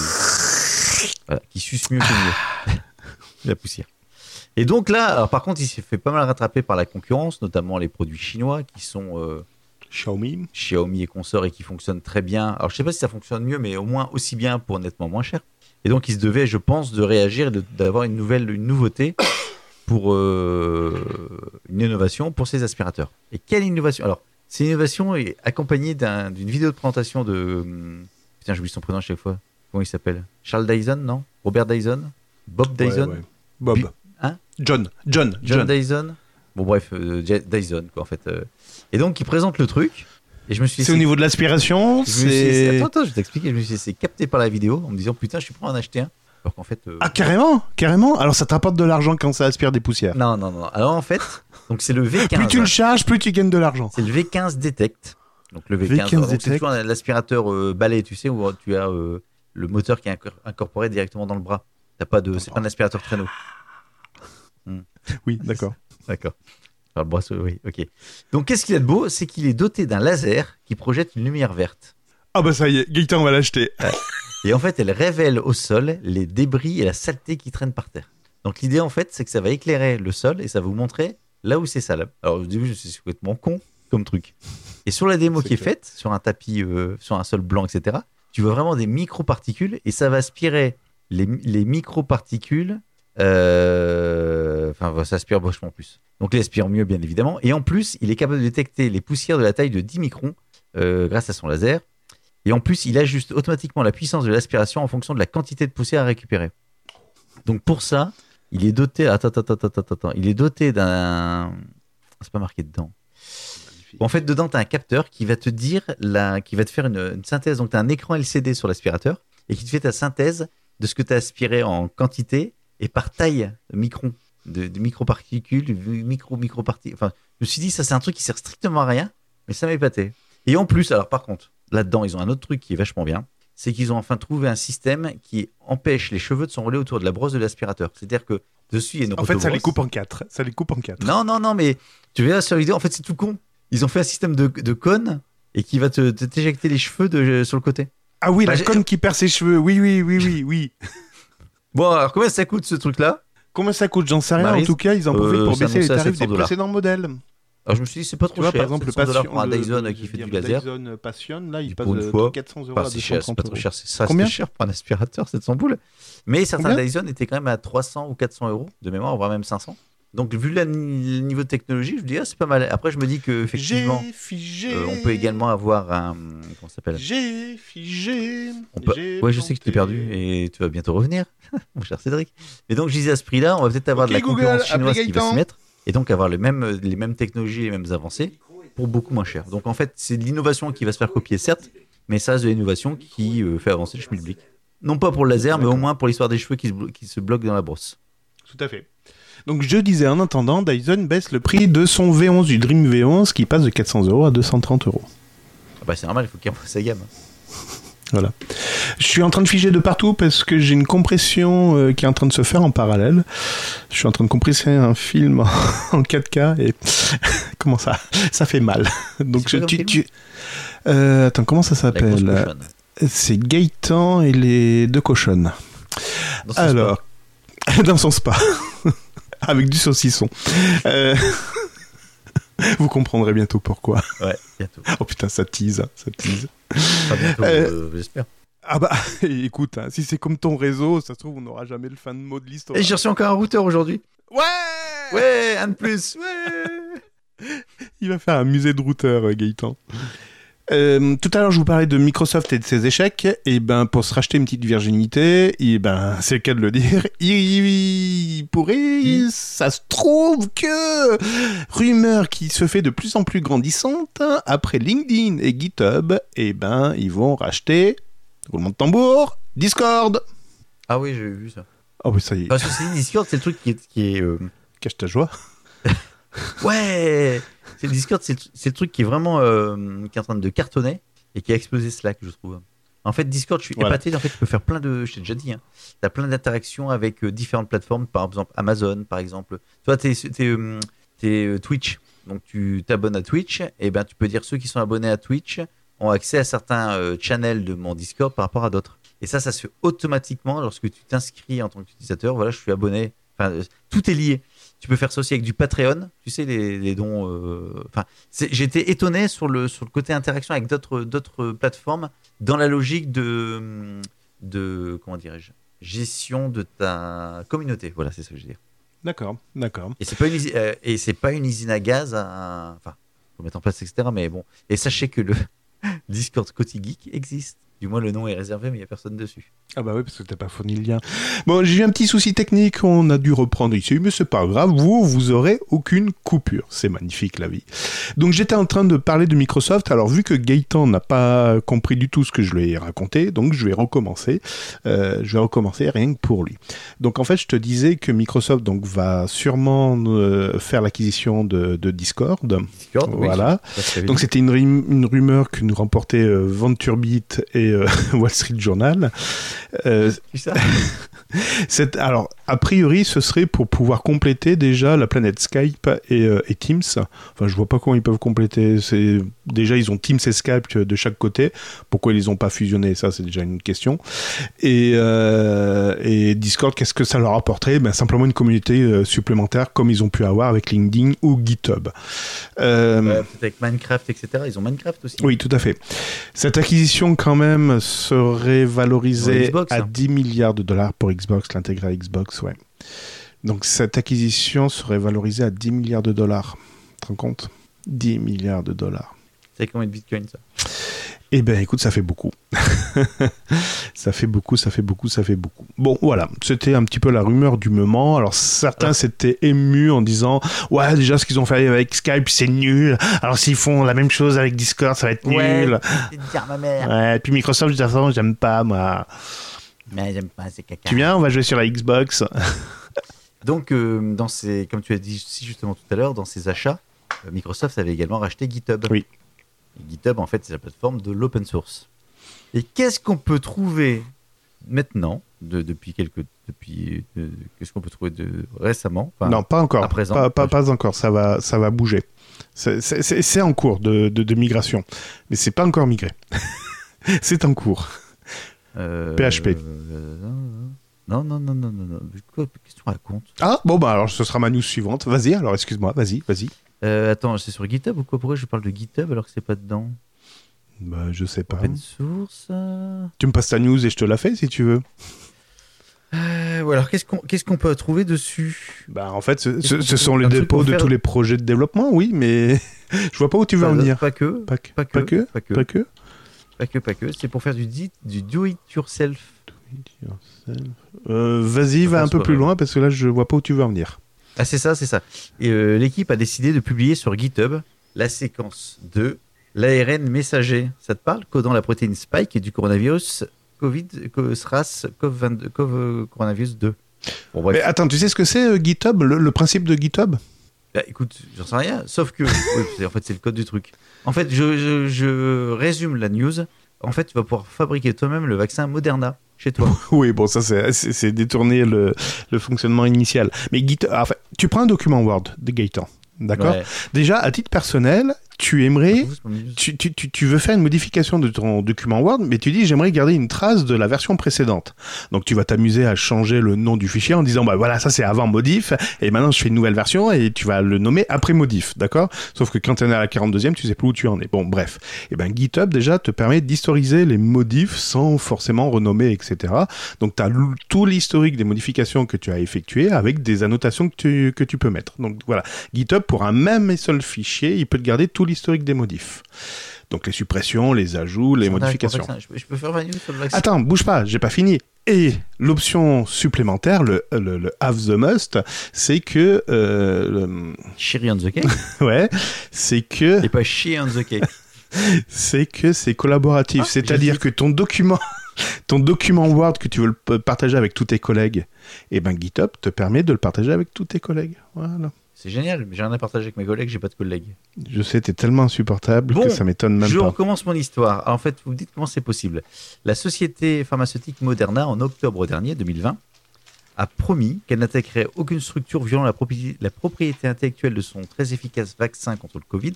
S1: Qui suce mieux que mieux. La poussière. Et donc là, alors par contre, il s'est fait pas mal rattraper par la concurrence, notamment les produits chinois qui sont Xiaomi et consorts et qui fonctionnent très bien. Alors je sais pas si ça fonctionne mieux, mais au moins aussi bien pour nettement moins cher. Et donc il se devait, je pense, de réagir et d'avoir une nouveauté pour une innovation pour ces aspirateurs. Et quelle innovation? Alors, cette innovation est accompagnée d'une vidéo de présentation de... Putain, j'oublie son prénom à chaque fois. Comment il s'appelle? Charles Dyson, non? Robert Dyson? Bob Dyson?
S2: Ouais. Bob. John
S1: Dyson. Bon bref, Dyson quoi en fait. Et donc il présente le truc Et je me suis
S2: C'est au niveau de l'aspiration, c'est...
S1: Attends, je vais t'expliquer. Je me suis laissé capter par la vidéo en me disant putain, je suis prêt à en acheter un. Alors qu'en fait.
S2: Ah, carrément. Alors ça te rapporte de l'argent quand ça aspire des poussières.
S1: Non. Alors en fait, donc c'est le V15.
S2: Plus tu le charges, plus tu gagnes de l'argent.
S1: C'est le V15 Detect. Donc le V15, donc, c'est toujours l'aspirateur balai, tu sais, où tu as le moteur qui est incorporé directement dans le bras. C'est pas un aspirateur traîneau.
S2: Oui, d'accord.
S1: D'accord. Alors, le bras, oui, ok. Donc qu'est-ce qu'il a de beau? C'est qu'il est doté d'un laser qui projette une lumière verte.
S2: Ah bah ça y est, Gaëtan va l'acheter.
S1: Ouais. Et en fait, elle révèle au sol les débris et la saleté qui traînent par terre. Donc l'idée, en fait, c'est que ça va éclairer le sol et ça va vous montrer là où c'est sale. Alors au début, c'est complètement con comme truc. Et sur la démo qui est faite, sur un tapis, sur un sol blanc, etc., tu vois vraiment des micro-particules et ça va aspirer les micro-particules. Enfin, ça aspire vachement plus. Donc il aspire mieux, bien évidemment. Et en plus, il est capable de détecter les poussières de la taille de 10 microns grâce à son laser. Et en plus, il ajuste automatiquement la puissance de l'aspiration en fonction de la quantité de poussière à récupérer. Donc pour ça, il est doté... Attends. Il est doté d'un... C'est pas marqué dedans. Bon, en fait, dedans, tu as un capteur qui va te dire... qui va te faire une synthèse. Donc tu as un écran LCD sur l'aspirateur et qui te fait ta synthèse de ce que tu as aspiré en quantité et par taille de microns, de microparticules, de micro-particules. Enfin, je me suis dit, ça c'est un truc qui sert strictement à rien, mais ça m'a épaté. Et en plus, alors par contre, là-dedans, ils ont un autre truc qui est vachement bien, c'est qu'ils ont enfin trouvé un système qui empêche les cheveux de s'enrouler autour de la brosse de l'aspirateur. C'est-à-dire que dessus, il y a une rotobrosse.
S2: En fait, ça les coupe en quatre.
S1: Non, mais tu verras sur la vidéo, en fait, c'est tout con. Ils ont fait un système de cône et qui va t'éjecter les cheveux sur le côté.
S2: Ah oui, la cône qui perd ses cheveux. Oui.
S1: Bon, alors combien ça coûte ce truc-là?
S2: Combien ça coûte? J'en sais rien. En tout cas, ils en profitent pour baisser les tarifs des précédents modèles.
S1: Alors je me suis dit, c'est pas trop cher.
S2: Par exemple, le
S1: Passion pour un Dyson qui fait du laser.
S2: Dyson Passion, là, il passe
S1: pour une fois,
S2: 400 €
S1: pas
S2: à
S1: si cher,
S2: 230
S1: c'est pas trop
S2: €.
S1: cher. Ça
S2: Combien
S1: reste cher pour un aspirateur, 700 boules. Mais certains Dyson étaient quand même à 300 ou 400 € de mémoire, voire même 500. Donc vu le niveau de technologie, je me dis, c'est pas mal. Après, je me dis qu'effectivement, on peut également avoir un... Comment ça s'appelle?
S2: J'ai figé.
S1: Ouais, je sais que tu t'es perdu et tu vas bientôt revenir, mon cher Cédric. Mais donc, je disais à ce prix-là, on va peut-être avoir de la concurrence chinoise qui va s'y mettre et donc avoir les mêmes technologies, les mêmes avancées pour beaucoup moins cher. Donc en fait, c'est de l'innovation qui va se faire copier, certes, mais ça reste de l'innovation qui fait avancer le schmilblick. Non pas pour le laser, mais au moins pour l'histoire des cheveux qui se bloquent dans la brosse.
S2: Tout à fait. Donc je disais, en attendant, Dyson baisse le prix de son V11, du Dream V11, qui passe de 400 € à 230 €.
S1: Ah bah c'est normal, il faut qu'il y ait sa gamme.
S2: Voilà. Je suis en train de figer de partout parce que j'ai une compression qui est en train de se faire en parallèle. Je suis en train de compresser un film en 4K et comment ça fait mal. Donc attends, comment ça s'appelle? C'est Gaëtan et les deux cochonnes. Alors, dans son spa. Avec du saucisson. Vous comprendrez bientôt pourquoi.
S1: Ouais, bientôt.
S2: Oh putain, ça tease.
S1: Pas bientôt, j'espère.
S2: Ah bah, écoute, si c'est comme ton réseau, ça se trouve, on n'aura jamais le fin de mot de l'histoire.
S1: Et j'ai reçu encore un routeur aujourd'hui. Ouais, un de plus.
S2: Ouais. Il va faire un musée de routeurs, Gaëtan. Tout à l'heure, je vous parlais de Microsoft et de ses échecs. Et ben, pour se racheter une petite virginité, et ben, c'est le cas de le dire. Ça se trouve que rumeur qui se fait de plus en plus grandissante après LinkedIn et GitHub. Et ben, ils vont racheter, roulement de tambour, Discord.
S1: Ah oui, j'ai vu ça.
S2: Ah oui, ça y est.
S1: Parce que c'est Discord, c'est le truc qui est
S2: cache ta joie.
S1: Ouais. C'est le Discord, c'est le truc qui est vraiment qui est en train de cartonner et qui a explosé Slack, je trouve. En fait, Discord, je suis épaté. En fait, tu peux faire plein de... Je t'ai déjà dit, hein, tu as plein d'interactions avec différentes plateformes. Par exemple, Amazon, par exemple. Toi, t'es Twitch. Donc, tu t'abonnes à Twitch. Et ben, tu peux dire ceux qui sont abonnés à Twitch ont accès à certains channels de mon Discord par rapport à d'autres. Et ça se fait automatiquement lorsque tu t'inscris en tant qu'utilisateur. Voilà, je suis abonné. Enfin, tout est lié. Tu peux faire ça aussi avec du Patreon, tu sais, les dons. J'ai été étonné sur le côté interaction avec d'autres plateformes dans la logique de comment dirais-je, gestion de ta communauté. Voilà, c'est ce que je veux dire.
S2: D'accord.
S1: Et c'est pas une usine à gaz. Enfin, faut mettre en place, etc. Mais bon. Et sachez que le Discord Côté Geek existe. Du moins, le nom est réservé, mais il n'y a personne dessus.
S2: Ah bah oui, parce que t'as pas fourni le lien. Bon, j'ai eu un petit souci technique, on a dû reprendre ici, mais c'est pas grave, vous aurez aucune coupure. C'est magnifique, la vie. Donc j'étais en train de parler de Microsoft, alors vu que Gaëtan n'a pas compris du tout ce que je lui ai raconté, donc je vais recommencer. Rien que pour lui. Donc en fait, je te disais que Microsoft donc, va sûrement faire l'acquisition de Discord.
S1: Discord,
S2: voilà.
S1: Oui,
S2: donc c'était une rumeur que nous remportait VentureBeat et Wall Street Journal.
S1: ça
S2: Alors, a priori, ce serait pour pouvoir compléter déjà la planète Skype et Teams. Enfin, je vois pas comment ils peuvent compléter. Déjà, ils ont Teams et Skype de chaque côté. Pourquoi ils les ont pas fusionnés? Ça, c'est déjà une question. Et Discord, qu'est-ce que ça leur apporterait? Simplement une communauté supplémentaire, comme ils ont pu avoir avec LinkedIn ou GitHub.
S1: Peut-être avec Minecraft, etc. Ils ont Minecraft aussi.
S2: Oui, tout à fait. Cette acquisition, quand même, serait valorisée
S1: Xbox,
S2: à 10 milliards de dollars pour Xbox, l'intégrale Xbox, ouais. Donc, cette acquisition serait valorisée à 10 milliards de dollars. Tu te rends compte? 10 milliards de dollars.
S1: C'est combien de bitcoins, ça?
S2: Eh ben, écoute, ça fait beaucoup. ça fait beaucoup. Bon, voilà, c'était un petit peu la rumeur du moment. Alors, certains s'étaient émus en disant « Ouais, déjà, ce qu'ils ont fait avec Skype, c'est nul. Alors, s'ils font la même chose avec Discord, ça va être nul. »
S3: dire ma mère.
S2: Ouais, et puis Microsoft, de toute façon, j'aime pas, moi.
S3: Mais j'aime pas, c'est caca.
S2: Tu viens, on va jouer sur la Xbox.
S1: Donc, comme tu as dit si justement tout à l'heure, dans ses achats, Microsoft avait également racheté GitHub.
S2: Oui.
S1: Et GitHub, en fait, c'est la plateforme de l'open source. Et qu'est-ce qu'on peut trouver maintenant, qu'est-ce qu'on peut trouver récemment?
S2: Non, pas encore.
S1: À présent,
S2: pas encore. Ça va bouger. C'est en cours de migration, mais c'est pas encore migré. C'est en cours. PHP.
S1: Non. Qu'est-ce que tu racontes?
S2: Ah, bon, alors ce sera ma news suivante. Vas-y, alors excuse-moi, vas-y.
S1: Attends, c'est sur GitHub ou quoi? Pourquoi je parle de GitHub alors que c'est pas dedans?
S2: Bah, je sais pas.
S1: Open source.
S2: Tu me passes ta news et je te la fais si tu veux.
S1: Ou alors, qu'est-ce qu'on peut trouver dessus?
S2: Bah, en fait, ce sont les dépôts de tous les projets de développement, oui, mais je vois pas où tu veux en venir.
S1: Pas que. C'est pour faire du do it yourself.
S2: Vas-y, va un peu plus loin parce que là, je vois pas où tu veux en venir.
S1: Ah, c'est ça. Et l'équipe a décidé de publier sur GitHub la séquence de l'ARN messager. Ça te parle? Codant la protéine spike et du coronavirus coronavirus 2. Bon, bref.
S2: Mais attends, tu sais ce que c'est GitHub, le principe de GitHub?
S1: Bah, écoute, j'en sais rien, sauf que en fait c'est le code du truc. En fait, je résume la news. En fait, tu vas pouvoir fabriquer toi-même le vaccin Moderna chez toi.
S2: Oui, bon, ça c'est détourner le fonctionnement initial. Mais GitHub, enfin, tu prends un document Word de Gaëtan, d'accord?
S1: Ouais.
S2: Déjà, à titre personnel, tu aimerais, tu veux faire une modification de ton document Word, mais tu dis j'aimerais garder une trace de la version précédente. Donc tu vas t'amuser à changer le nom du fichier en disant bah voilà, ça c'est avant modif et maintenant je fais une nouvelle version et tu vas le nommer après modif, d'accord? Sauf que quand tu es à la 42e, tu sais plus où tu en es. Bon, bref. Et ben GitHub déjà te permet d'historiser les modifs sans forcément renommer, etc. Donc tu as tout l'historique des modifications que tu as effectuées avec des annotations que tu peux mettre. Donc voilà, GitHub pour un même et seul fichier, il peut te garder tout l'historique des modifs. Donc les suppressions, les ajouts, les modifications.
S1: Je peux faire 20 minutes sur le vaccin.
S2: Attends, bouge pas, j'ai pas fini. Et l'option supplémentaire, le have the must, c'est que...
S1: Cherry on the cake.
S2: Ouais, c'est que...
S1: Et pas chier on the cake.
S2: C'est que c'est collaboratif. C'est-à-dire que ton document Word que tu veux le partager avec tous tes collègues, et ben GitHub te permet de le partager avec tous tes collègues. Voilà.
S1: C'est génial, mais j'ai rien à partager avec mes collègues, j'ai pas de collègues.
S2: Je sais, t'es tellement insupportable que ça m'étonne même pas.
S1: Je recommence mon histoire. Alors, en fait, vous me dites comment c'est possible. La société pharmaceutique Moderna, en octobre dernier, 2020, a promis qu'elle n'attaquerait aucune structure violant la propriété intellectuelle de son très efficace vaccin contre le Covid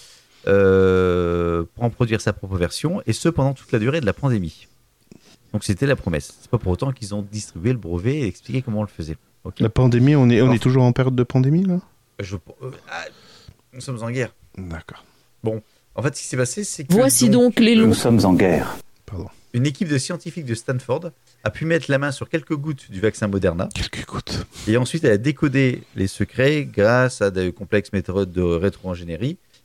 S1: pour en produire sa propre version, et ce pendant toute la durée de la pandémie. Donc c'était la promesse. C'est pas pour autant qu'ils ont distribué le brevet et expliqué comment on le faisait. Okay.
S2: La pandémie, on est toujours en période de pandémie là?
S1: Nous sommes en guerre.
S2: D'accord.
S1: Bon, en fait, ce qui s'est passé, c'est que...
S5: Voici donc les loups.
S7: Nous sommes en guerre.
S2: Pardon.
S1: Une équipe de scientifiques de Stanford a pu mettre la main sur quelques gouttes du vaccin Moderna.
S2: Quelques gouttes.
S1: Et ensuite, elle a décodé les secrets grâce à des complexes méthodes de rétro-ingénierie.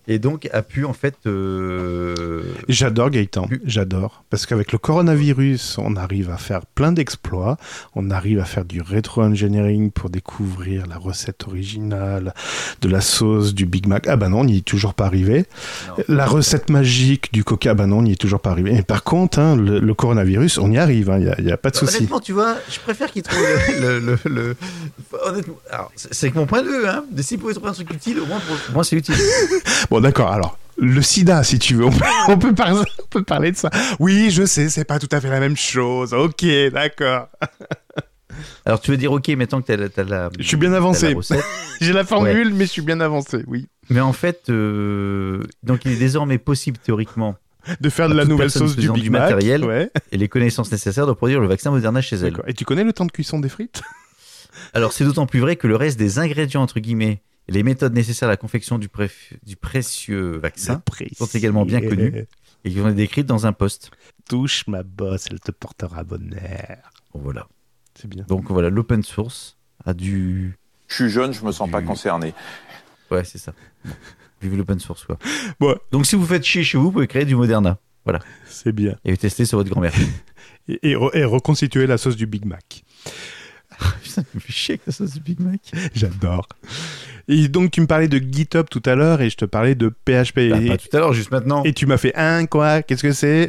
S1: Et donc a pu en fait...
S2: J'adore Gaëtan, j'adore. Parce qu'avec le coronavirus, on arrive à faire plein d'exploits. On arrive à faire du rétro-engineering pour découvrir la recette originale de la sauce du Big Mac. Ah bah non, on n'y est toujours pas arrivé.
S1: Non.
S2: La recette magique du Coca, bah non, on n'y est toujours pas arrivé. Et par contre, hein, le coronavirus, on y arrive, il n'y a pas de souci.
S1: Honnêtement, tu vois, je préfère qu'il trouve le... Honnêtement, alors, c'est que mon point de vue, hein. S'il pouvait trouver un truc utile, au moins pour moi c'est utile.
S2: Bon, d'accord, alors... Le sida, si tu veux, on peut parler de ça. Oui, je sais, c'est pas tout à fait la même chose. Ok, d'accord.
S1: Alors tu veux dire ok, maintenant que t'as la...
S2: Je suis bien avancé. J'ai la formule,
S1: Ouais.
S2: mais je suis bien avancé, oui.
S1: Mais en fait, donc il est désormais possible théoriquement
S2: De faire de
S1: à
S2: la
S1: toute
S2: nouvelle
S1: personne
S2: sauce du
S1: faisant
S2: Big
S1: du
S2: Mac.
S1: matériel.
S2: Ouais.
S1: et les connaissances nécessaires de produire le vaccin Moderna chez elle.
S2: D'accord. Et tu connais le temps de cuisson des frites?
S1: Alors c'est d'autant plus vrai que le reste des ingrédients entre guillemets et les méthodes nécessaires à la confection du précieux vaccin sont également bien connues et qui vont être décrites dans un post.
S2: Touche ma bosse, elle te portera bonheur.
S1: Bon, voilà.
S2: C'est bien.
S1: Donc voilà, l'open source a dû...
S6: Je suis jeune, je me sens pas concerné.
S1: Ouais, c'est ça. Bon. Vive l'open source, quoi.
S2: Bon.
S1: Donc si vous faites chier chez vous, vous pouvez créer du Moderna. Voilà.
S2: C'est bien.
S1: Et tester sur votre grand-mère.
S2: Et reconstituer la sauce du Big Mac.
S1: Putain, tu me fais chier avec la sauce du Big Mac.
S2: J'adore. Et donc, tu me parlais de GitHub tout à l'heure et je te parlais de PHP.
S1: Bah, pas tout à l'heure, juste maintenant.
S2: Et tu m'as fait quoi? Qu'est-ce que c'est?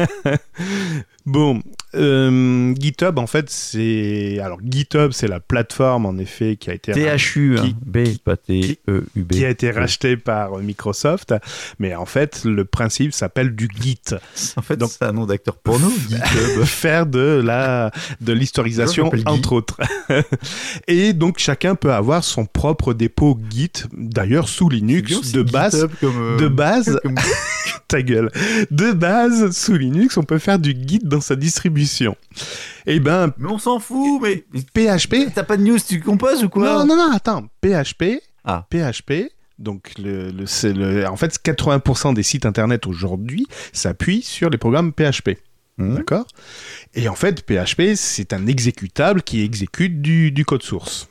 S2: Bon, GitHub, en fait, c'est... Alors, GitHub, c'est la plateforme, en effet, qui a été...
S1: THU, hein. B, pas T-E-U-B.
S2: Qui a été racheté par Microsoft. Mais en fait, le principe s'appelle du Git.
S1: En fait,
S2: Donc-
S1: c'est un nom d'acteur porno, GitHub.
S2: Faire de l'historisation,
S1: Je m'appelle Guy.
S2: entre autres. Et donc, chacun peut avoir son propre dépôt Git, d'ailleurs sous Linux, de base.
S1: GitHub comme,
S2: De base,
S1: comme-
S2: ta gueule. De base, sous Linux, on peut faire du Git dans sa distribution. Eh ben,
S1: Mais on s'en fout, mais...
S2: PHP...
S1: T'as pas de news, tu composes ou quoi?
S2: Non, attends. PHP...
S1: Ah.
S2: PHP... Donc, en fait, 80% des sites internet aujourd'hui s'appuient sur les programmes PHP. D'accord? Et en fait, PHP, c'est un exécutable qui exécute du code source.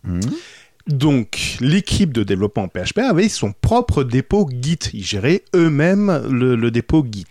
S2: Donc, l'équipe de développement PHP avait son propre dépôt Git. Ils géraient eux-mêmes le dépôt Git.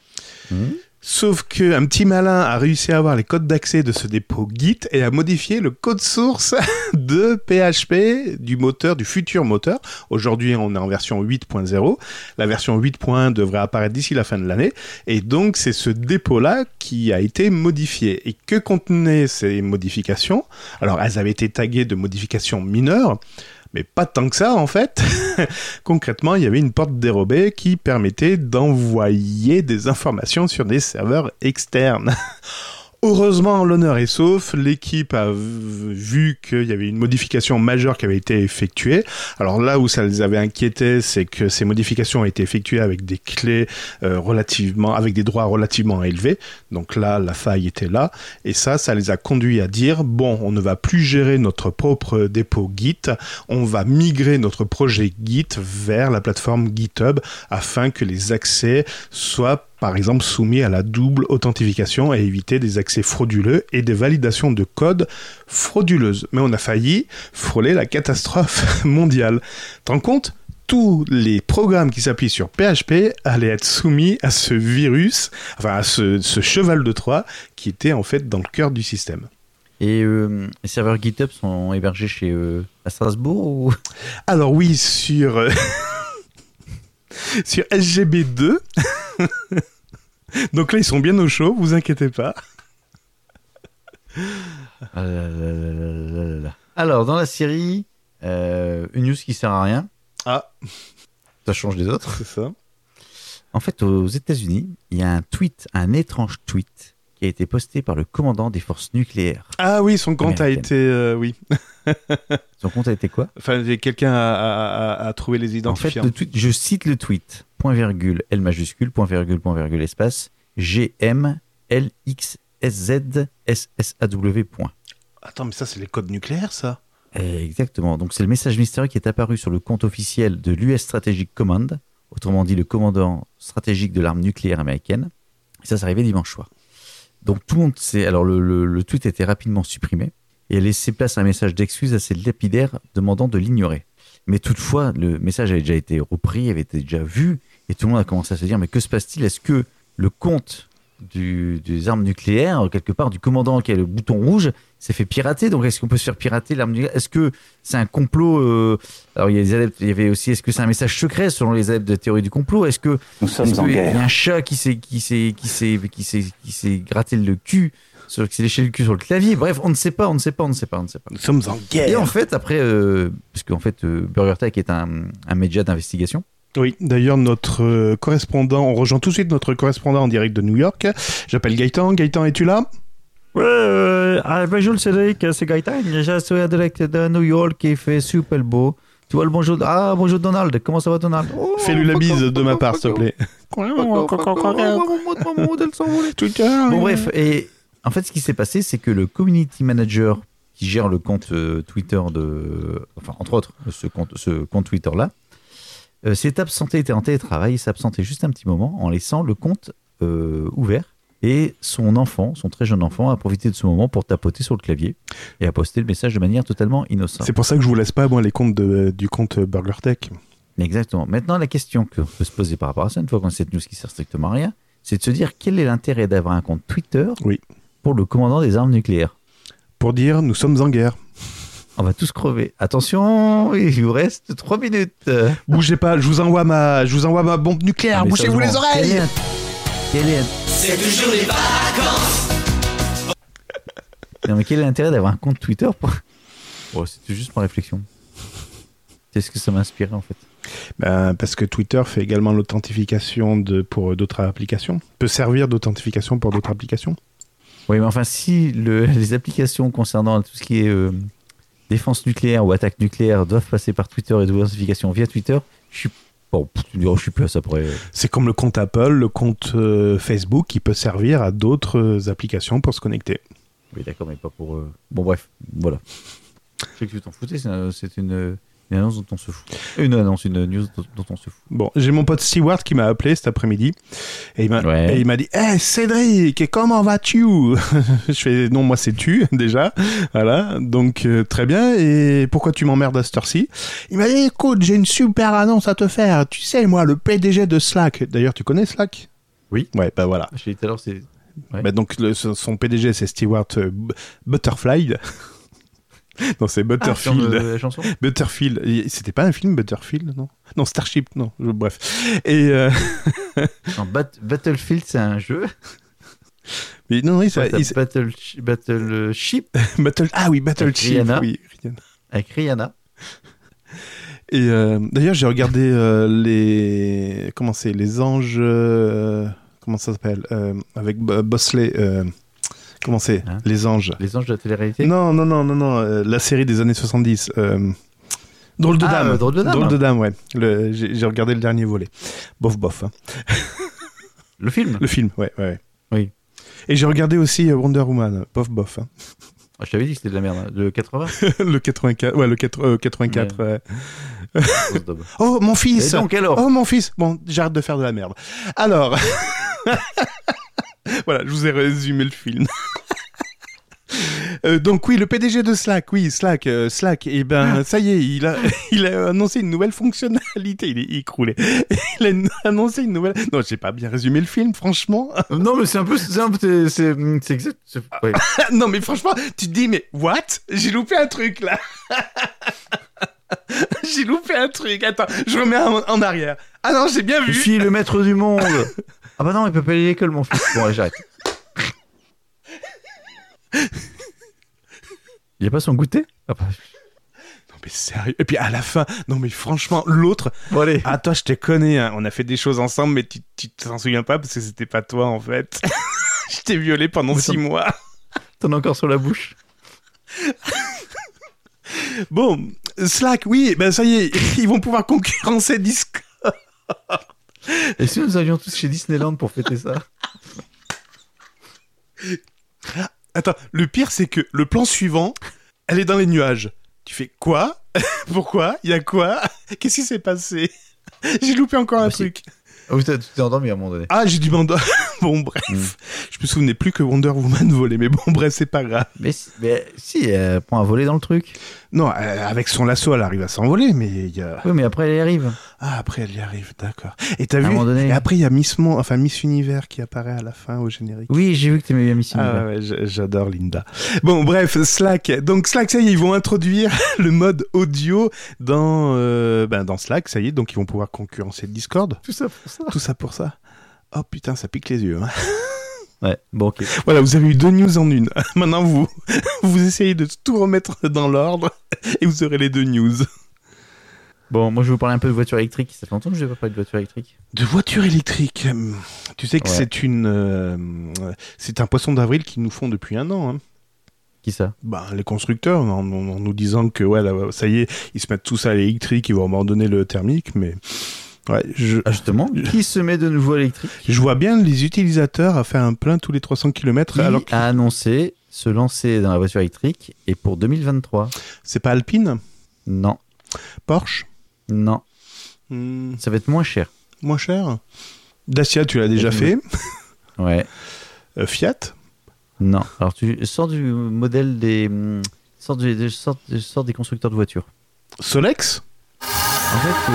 S2: Sauf qu'un petit malin a réussi à avoir les codes d'accès de ce dépôt Git et a modifié le code source de PHP, du futur moteur. Aujourd'hui, on est en version 8.0. La version 8.1 devrait apparaître d'ici la fin de l'année. Et donc, c'est ce dépôt-là qui a été modifié. Et que contenaient ces modifications? Alors, elles avaient été taguées de modifications mineures, mais pas tant que ça, en fait. Concrètement, il y avait une porte dérobée qui permettait d'envoyer des informations sur des serveurs externes. Heureusement, l'honneur est sauf, l'équipe a vu qu'il y avait une modification majeure qui avait été effectuée. Alors là où ça les avait inquiétés, c'est que ces modifications ont été effectuées avec des clés avec des droits relativement élevés. Donc là, la faille était là. Et ça les a conduits à dire, bon, on ne va plus gérer notre propre dépôt Git, on va migrer notre projet Git vers la plateforme GitHub afin que les accès soient par exemple soumis à la double authentification et éviter des accès frauduleux et des validations de code frauduleuses. Mais on a failli frôler la catastrophe mondiale. T'en rends compte ? Tous les programmes qui s'appuient sur PHP allaient être soumis à ce virus, enfin à ce cheval de Troie qui était en fait dans le cœur du système.
S1: Et les serveurs GitHub sont hébergés chez à Strasbourg ou...
S2: Alors oui, sur SGB2. Donc là, ils sont bien au chaud, vous inquiétez pas.
S1: Alors, dans la série, une news qui sert à rien.
S2: Ah.
S1: Ça change des autres.
S2: C'est ça.
S1: En fait, aux États-Unis, il y a un étrange tweet qui a été posté par le commandant des forces nucléaires.
S2: Ah oui, son compte a
S1: américaines.
S2: été... oui.
S1: Son compte a été quoi?
S2: Enfin, quelqu'un a trouvé les
S1: En fait,
S2: identifiants.
S1: le tweet, je cite le tweet. Point virgule, L majuscule, point virgule, espace, GMLXSZSSAW.
S2: Attends, mais ça, c'est les codes nucléaires, ça?
S1: Exactement. Donc, c'est le message mystérieux qui est apparu sur le compte officiel de l'US Strategic Command, autrement dit le commandant stratégique de l'arme nucléaire américaine. Et ça, c'est arrivé dimanche soir. Donc, tout le monde sait. Alors, le tweet a été rapidement supprimé. et a laissé place à un message d'excuse assez lapidaire demandant de l'ignorer. Mais toutefois, le message avait déjà été repris, avait été déjà vu, et tout le monde a commencé à se dire, mais que se passe-t-il ? Est-ce que le compte des armes nucléaires, quelque part, du commandant qui a le bouton rouge, s'est fait pirater ? Donc est-ce qu'on peut se faire pirater l'arme nucléaire ? Est-ce que c'est un complot Alors il y a des adeptes, il y avait aussi, est-ce que c'est un message secret selon les adeptes de théorie du complot ? Est-ce que
S7: Nous sommes en
S1: il y
S7: guerre.
S1: a un chat qui s'est gratté le cul, qui s'est léché le cul sur le clavier ? Bref, on ne sait pas.
S2: Nous sommes en guerre.
S1: Et en fait, après, parce qu'en fait, BurgerTech est un média d'investigation.
S2: Oui, d'ailleurs, notre correspondant, on rejoint tout de suite notre correspondant en direct de New York. J'appelle Gaëtan. Gaëtan, es-tu là ?
S1: Ouais, bonjour Cédric, c'est Gaëtan. Je suis en direct de New York, il fait super beau. Tu vois le bonjour. Ah, bonjour Donald, comment ça va Donald ?
S2: Fais-lui la bise de ma part, s'il te plaît.
S1: Bon, bref, et en fait, ce qui s'est passé, c'est que le community manager qui gère le compte Twitter enfin, entre autres, ce compte Twitter-là, s'est absenté, était en télétravail, il s'est absenté juste un petit moment en laissant le compte ouvert. Et son très jeune enfant, a profité de ce moment pour tapoter sur le clavier et a posté le message de manière totalement innocente.
S2: C'est pour ça que je vous laisse pas, moi, les comptes du compte BurgerTech.
S1: Exactement. Maintenant, la question que peut se poser par rapport à ça, une fois qu'on a cette news qui sert strictement à rien, c'est de se dire quel est l'intérêt d'avoir un compte Twitter pour le commandant des armes nucléaires ?
S2: Pour dire, nous sommes en guerre.
S1: On va tous crever. Attention, il vous reste 3 minutes.
S2: Bougez pas, je vous envoie ma bombe nucléaire. Bouchez-vous les oreilles.
S8: C'est toujours les vacances.
S1: Non, mais quel est l'intérêt d'avoir un compte Twitter pour... Oh, c'était juste ma réflexion. C'est ce que ça m'a inspiré en fait.
S2: Parce que Twitter fait également l'authentification pour d'autres applications. Peut servir d'authentification pour d'autres applications.
S1: Oui, mais enfin, si les applications concernant tout ce qui est défense nucléaire ou attaque nucléaire doivent passer par Twitter et d'authentification via Twitter, je suis plus à ça pour...
S2: C'est comme le compte Apple, le compte Facebook qui peut servir à d'autres applications pour se connecter.
S1: Oui, d'accord, mais pas pour... Bon, bref, voilà. Je sais que tu t'en foutais, c'est une annonce dont on se fout. Une news dont on se fout.
S2: Bon, j'ai mon pote Stewart qui m'a appelé cet après-midi et il m'a dit hey, Cédric, comment vas-tu? Je fais non, moi c'est tu déjà. Voilà, donc très bien. Et pourquoi tu m'emmerdes à cette heure-ci? Il m'a dit écoute, j'ai une super annonce à te faire. Tu sais, moi, le PDG de Slack. D'ailleurs, tu connais Slack?
S1: Oui.
S2: Ouais, bah voilà.
S1: Je l'ai dit tout à l'heure, c'est. Ouais.
S2: Bah donc son PDG c'est Stewart Butterfly. Non, c'est Butterfield.
S1: La chanson
S2: Butterfield. C'était pas un film, Butterfield, non? Non, Starship, non. Bref. Et
S1: non, Battlefield, c'est un jeu.
S2: Mais non, oui, ça.
S1: Battleship.
S2: Ah oui, Battleship.
S1: Rihanna.
S2: Oui,
S1: avec Rihanna.
S2: Et d'ailleurs, j'ai regardé les anges. Comment ça s'appelle avec Bosley. Comment c'est Les anges.
S1: Les anges de la télé-réalité?
S2: Non. La série des années 70. Drôle de dame.
S1: Drôle de dame.
S2: Drôle de dame, ouais. J'ai regardé le dernier volet. Bof. Hein.
S1: Le film?
S2: Le film, ouais.
S1: Oui.
S2: Et j'ai regardé aussi Wonder Woman. Bof. Hein.
S1: Ah, je t'avais dit que c'était de la merde. Le 80?
S2: Le 84. Ouais, le 84.
S1: Ouais.
S2: Oh, mon fils!
S1: Et donc, alors?
S2: Oh, mon fils! Bon, j'arrête de faire de la merde. Alors. Voilà, je vous ai résumé le film. Donc oui, le PDG de Slack, Slack, et ben ça y est, il a annoncé une nouvelle fonctionnalité. Il est écroulé. Il a annoncé une nouvelle. Non, j'ai pas bien résumé le film, franchement.
S1: Non, mais c'est exact. Ouais.
S2: Non, mais franchement, tu te dis mais what? J'ai loupé un truc là. J'ai loupé un truc. Attends, je remets en arrière. Ah non, j'ai bien vu.
S1: Je suis le maître du monde. Ah bah non, il peut pas aller à l'école, mon fils. Bon, allez, j'arrête. Il y a pas son goûter? Ah bah...
S2: Non mais sérieux. Et puis à la fin, non mais franchement, l'autre...
S1: Bon allez.
S2: Ah toi, je te connais, hein. On a fait des choses ensemble, mais tu t'en souviens pas parce que c'était pas toi en fait. Je t'ai violé pendant 6 mois.
S1: T'en as encore sur la bouche.
S2: Bon, Slack, oui, ben ça y est, ils vont pouvoir concurrencer Discord.
S1: Et si nous allions tous chez Disneyland pour fêter ça?
S2: Attends, le pire c'est que le plan suivant, elle est dans les nuages. Tu fais quoi? Pourquoi? Il y a quoi? Qu'est-ce qui s'est passé? J'ai loupé encore un truc.
S1: Ah oui, tu t'es endormi à un moment donné.
S2: Ah, j'ai dû m'endormir. Bon, bref. Je me souvenais plus que Wonder Woman volait, mais bon, bref, c'est pas grave.
S1: Mais si, elle prend un volet dans le truc.
S2: Non, avec son lasso, elle arrive à s'envoler, mais il y a...
S1: Oui, mais après, elle y arrive.
S2: Ah, après, elle y arrive, d'accord. Et t'as
S1: À un
S2: vu
S1: moment donné.
S2: Et après, il y a Miss Univers qui apparaît à la fin au générique.
S1: Oui, j'ai vu que t'aimais bien Miss Univers.
S2: Ah ouais, j'adore Linda. Bon, bref, Slack. Donc Slack, ça y est, ils vont introduire le mode audio dans Slack, ça y est, donc ils vont pouvoir concurrencer le Discord.
S1: Tout ça pour ça.
S2: Tout ça pour ça. Oh putain, ça pique les yeux. Hein.
S1: Ouais, bon, ok.
S2: Voilà, vous avez eu 2 news en une. Maintenant, vous essayez de tout remettre dans l'ordre et vous aurez les 2 news.
S1: Bon, moi, je vais vous parler un peu de voiture électrique. Ça fait longtemps que je n'ai pas parlé de voiture électrique.
S2: De voiture électrique. Tu sais que
S1: Ouais.
S2: c'est un poisson d'avril qu'ils nous font depuis 1 an. Hein.
S1: Qui ça?
S2: Les constructeurs, en nous disant que ouais, là, ça y est, ils se mettent tous à l'électrique, ils vont abandonner le thermique, mais ouais,
S1: Ah, justement, qui se met de nouveau à l'électrique?
S2: je vois bien les utilisateurs à faire un plein tous les 300 km,
S1: Qui
S2: alors que
S1: a annoncé se lancer dans la voiture électrique et pour 2023?
S2: c'est pas Alpine,
S1: Non,
S2: Porsche,
S1: non, ça va être moins cher.
S2: moins cher. Dacia, tu l'as déjà fait.
S1: Ouais,
S2: Fiat,
S1: non. Alors, tu sors du modèle des... Sors des constructeurs de voitures.
S2: Solex,
S1: En fait,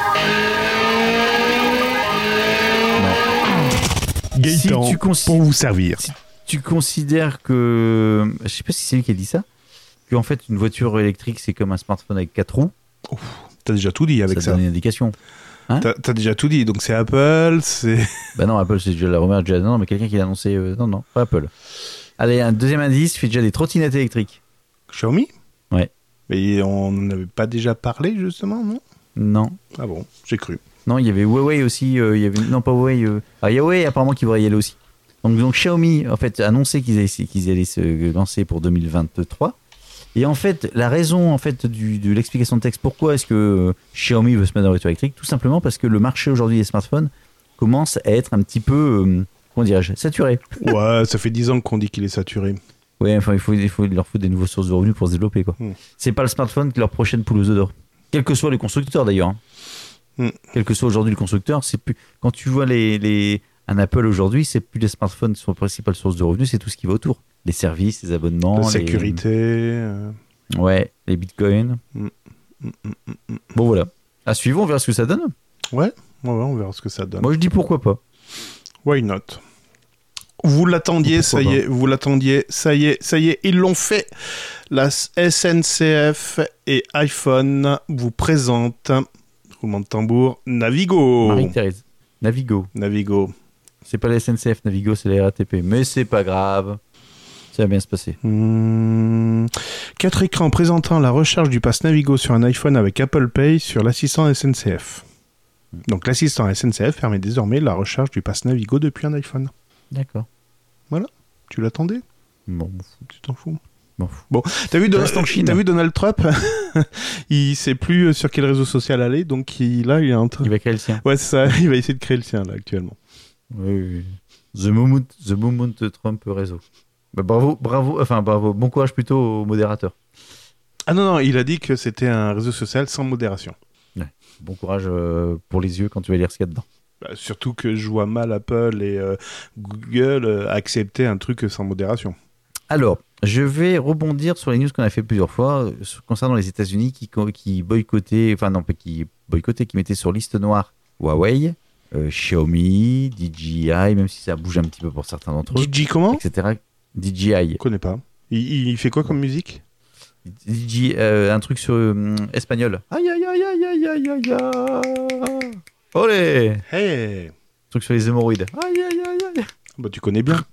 S2: Gaëtan,
S1: Si tu cons-
S2: pour vous servir.
S1: tu considères que... Je sais pas si c'est lui qui a dit ça. Qu'en fait, une voiture électrique, c'est comme un smartphone avec 4 roues.
S2: T'as déjà tout dit avec
S1: Ça
S2: ça.
S1: donne une indication.
S2: T'as déjà tout dit, donc c'est Apple, c'est...
S1: Bah non, Apple, c'est déjà la rumeur déjà. Non, mais quelqu'un qui l'a annoncé. Non, pas Apple. Allez, un deuxième indice, fait déjà des trottinettes électriques.
S2: Xiaomi.
S1: Ouais.
S2: Mais on n'avait pas déjà parlé, justement, non?
S1: Non.
S2: Ah bon, j'ai cru.
S1: Non, il y avait Huawei aussi. Il y avait... Non, pas Huawei. Il y a Huawei apparemment qui voudrait y aller aussi. Donc Xiaomi, en fait, a annoncé qu'ils allaient se lancer pour 2023. Et en fait, la raison en fait, de l'explication de texte, pourquoi est-ce que Xiaomi veut se mettre dans la voiture électrique? Tout simplement parce que le marché aujourd'hui des smartphones commence à être un petit peu, comment dirais-je, saturé.
S2: Ouais, ça fait 10 ans qu'on dit qu'il est saturé.
S1: Ouais, enfin, il faut leur foutre des nouvelles sources de revenus pour se développer, quoi. C'est pas le smartphone qui est leur prochaine poule aux œufs d'or. Quel que soit le constructeur, d'ailleurs. Hein. Quel que soit aujourd'hui le constructeur, c'est plus... Quand tu vois un Apple aujourd'hui, c'est plus les smartphones qui sont la principale source de revenus, c'est tout ce qui va autour. Les services, les abonnements,
S2: La sécurité.
S1: Ouais, les bitcoins. Bon, voilà. À suivre, on verra ce que ça donne.
S2: Ouais, on verra ce que ça donne.
S1: Moi, je dis pourquoi pas.
S2: Why not? Vous l'attendiez, ça y est, vous l'attendiez, ça y est, ils l'ont fait. La SNCF et iPhone vous présentent, roulement de tambour, Navigo.
S1: Marie-Thérèse. Navigo. C'est pas la SNCF Navigo, c'est la RATP. Mais c'est pas grave. Ça va bien se passer.
S2: 4 écrans présentant la recharge du pass Navigo sur un iPhone avec Apple Pay sur l'assistant SNCF. Donc l'assistant SNCF permet désormais la recharge du pass Navigo depuis un iPhone.
S1: D'accord.
S2: Voilà. Tu l'attendais?
S1: Bon,
S2: tu t'en fous.
S1: Bon,
S2: t'as vu,
S1: reste en Chine.
S2: T'as vu Donald Trump? Il sait plus sur quel réseau social aller, donc il est en train...
S1: Il va créer le sien.
S2: Ouais, c'est ça, il va essayer de créer le sien, là, actuellement.
S1: Oui. The Moment Trump réseau. Bah, bravo, bon courage plutôt au modérateur.
S2: Ah non, il a dit que c'était un réseau social sans modération.
S1: Ouais. Bon courage pour les yeux quand tu vas lire ce qu'il y a dedans.
S2: Surtout que je vois mal Apple et Google accepter un truc sans modération.
S1: Alors, je vais rebondir sur les news qu'on a fait plusieurs fois concernant les États-Unis qui boycottaient, qui mettaient sur liste noire Huawei, Xiaomi, DJI, même si ça bouge un petit peu pour certains d'entre eux.
S2: DJI comment?
S1: Etc. DJI.
S2: Je connais pas. Il fait quoi comme musique?
S1: DJI, un truc sur espagnol. Aïe aïe aïe aïe aïe aïe aïe aïe. Olé!
S2: Hey!
S1: Un truc sur les hémorroïdes. Aïe aïe aïe aïe.
S2: Bah tu connais bien.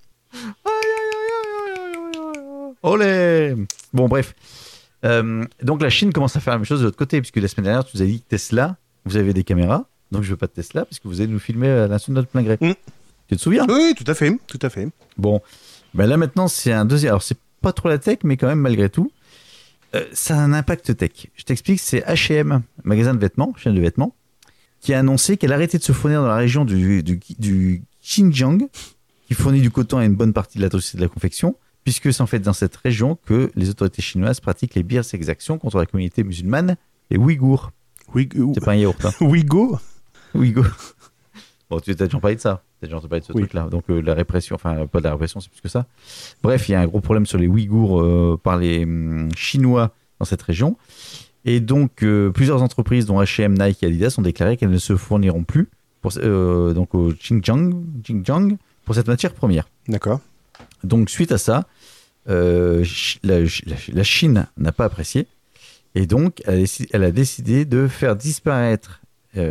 S1: Olé! Bon, bref. Donc, la Chine commence à faire la même chose de l'autre côté, puisque la semaine dernière, tu nous as dit que Tesla, vous avez des caméras, donc je veux pas de Tesla, parce que vous allez nous filmer à l'insu de notre plein gré. Tu te souviens?
S2: Oui, tout à fait.
S1: Bon, ben là maintenant, c'est un deuxième. Alors, c'est pas trop la tech, mais quand même, malgré tout, ça a un impact tech. Je t'explique, c'est H&M, magasin de vêtements, chaîne de vêtements, qui a annoncé qu'elle arrêtait de se fournir dans la région du Xinjiang, qui fournit du coton à une bonne partie de l'industrie de la confection, puisque c'est en fait dans cette région que les autorités chinoises pratiquent les pires exactions contre la communauté musulmane, les Ouïghours. C'est pas un yaourt, hein.
S2: Ouïghours?
S1: Ouïghours. Bon, tu t'as toujours parlé de ça. T'as déjà entendu parler de ce
S2: Oui.
S1: truc-là. Donc la répression, enfin pas de la répression, c'est plus que ça. Bref, il y a un gros problème sur les Ouïghours par les Chinois dans cette région. Et donc plusieurs entreprises, dont H&M, Nike et Adidas, ont déclaré qu'elles ne se fourniront plus donc au Xinjiang pour cette matière première.
S2: D'accord.
S1: Donc suite à ça, la Chine n'a pas apprécié. Et donc elle a décidé de faire disparaître